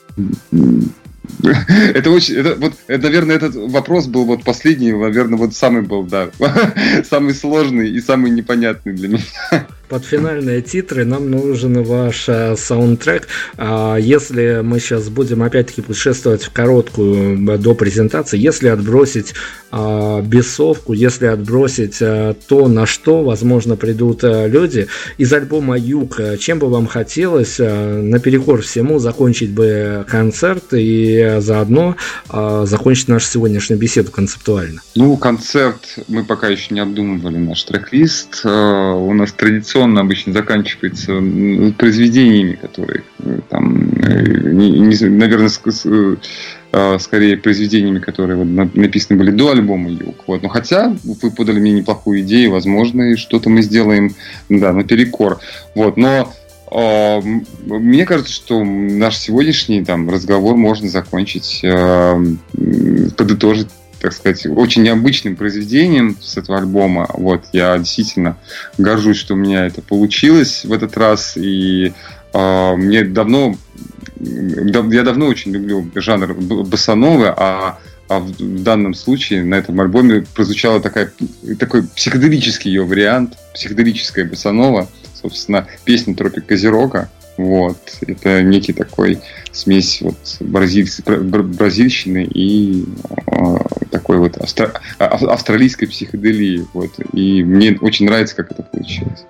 S4: это очень, это, вот, это, наверное, этот вопрос был вот последний, наверное, вот самый был, да, самый сложный и самый непонятный для меня.
S3: под финальные титры нам нужен ваш а, саундтрек. А, если мы сейчас будем опять-таки путешествовать в короткую до презентации, если отбросить а, бесовку, если отбросить а, то, на что, возможно, придут а, люди, из альбома «Юг», чем бы вам хотелось а, наперекор всему закончить бы концерт и а, заодно а, закончить нашу сегодняшнюю беседу концептуально?
S4: Ну, концерт мы пока еще не обдумывали наш трек-лист. У нас традиционно обычно заканчивается произведениями, которые там, наверное, скорее произведениями, которые вот написаны были до альбома «Юг». Вот. Но хотя вы подали мне неплохую идею, возможно, и что-то мы сделаем, да, наперекор. Вот. Но э, мне кажется, что наш сегодняшний там разговор можно закончить, э, подытожить, так сказать, очень необычным произведением с этого альбома. Вот, я действительно горжусь, что у меня это получилось в этот раз. И э, мне давно, я давно очень люблю жанр боссановы, а, а в, в данном случае на этом альбоме прозвучала такая, такой психоделический ее вариант, психоделическая боссанова, собственно, песня «Тропик Козерога». Вот. Это некий такой смесь вот бразиль... бразильщины и э, такой вот австра... австралийской психоделии. Вот. И мне очень нравится, как это получилось.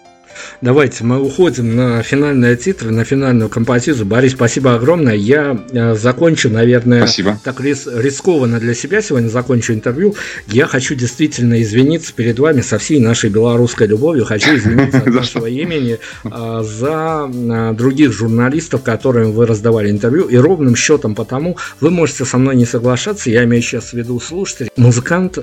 S3: Давайте мы уходим на финальные титры, на финальную композицию. Борис, спасибо огромное. Я э, закончу, наверное,
S4: спасибо.
S3: Так рис- рискованно для себя сегодня закончу интервью. Я хочу действительно извиниться перед вами со всей нашей белорусской любовью. Хочу извиниться от вашего имени э, за э, других журналистов, которым вы раздавали интервью. И ровным счетом потому, вы можете со мной не соглашаться, я имею сейчас в виду слушателей. Музыкант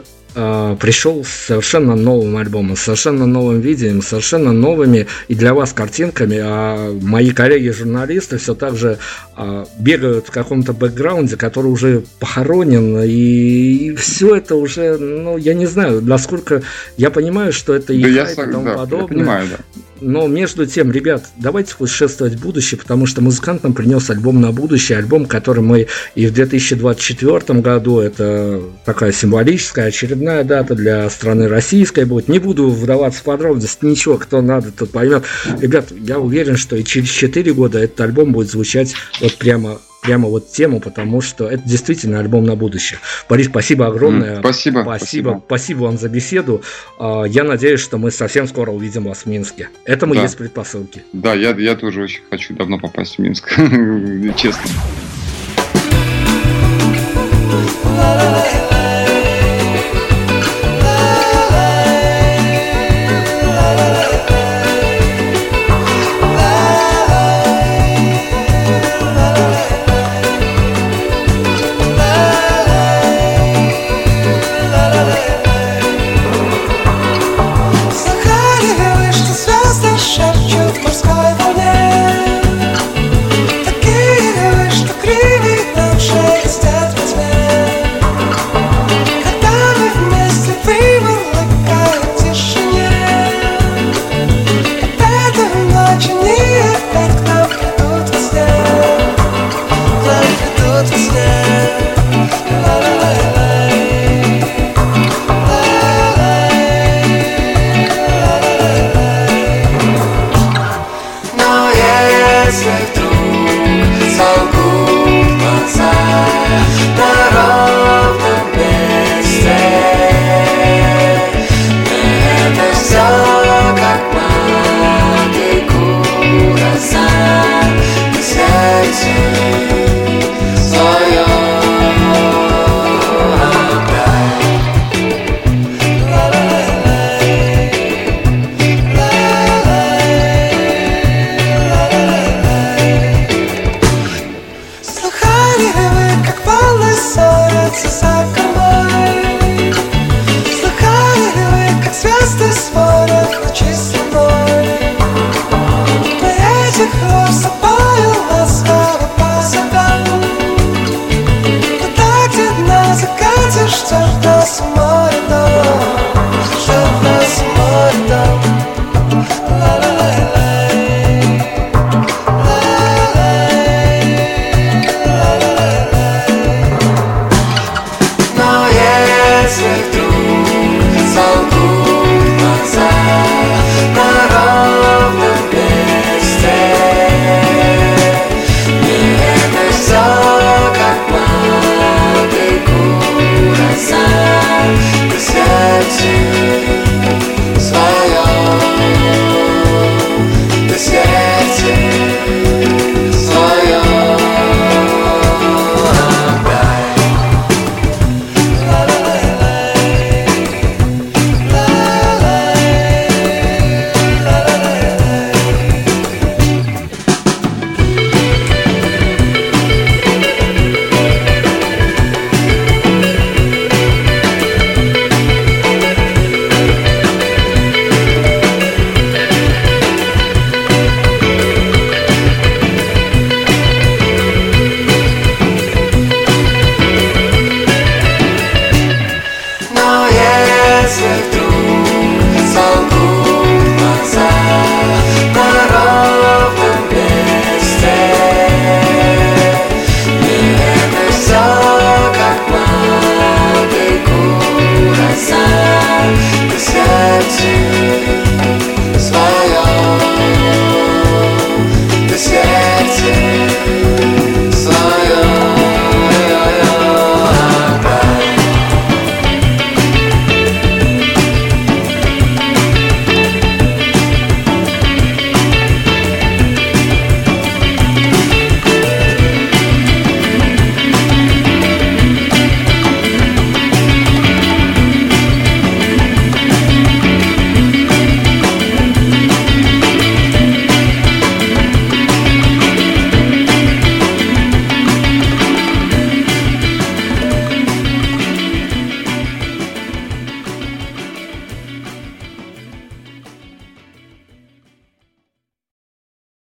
S3: пришел с совершенно новым альбомом, с совершенно новым видением, совершенно новыми и для вас картинками, а мои коллеги-журналисты все так же а, бегают в каком-то бэкграунде, который уже похоронен, и, и все это уже, ну, я не знаю, насколько я понимаю, что это и
S4: да
S3: хайп, и тому
S4: да,
S3: подобное.
S4: Я понимаю, да.
S3: Но между тем, ребят, давайте путешествовать в будущее, потому что музыкант нам принес альбом на будущее, альбом, который мы и в две тысячи двадцать четвёртом году, это такая символическая очередная дата для страны российской будет. Не буду вдаваться в подробности, ничего, кто надо, тот поймет. Ребят, я уверен, что и через четыре года этот альбом будет звучать вот прямо... Прямо вот тему, потому что это действительно альбом на будущее. Борис, спасибо огромное.
S4: Mm, спасибо,
S3: спасибо.
S4: Спасибо.
S3: Спасибо вам за беседу. Я надеюсь, что мы совсем скоро увидим вас в Минске. Этому
S4: да.
S3: есть предпосылки.
S4: Да, я, я тоже очень хочу давно попасть в Минск. Честно.
S5: Спорят ночи со мной. На этих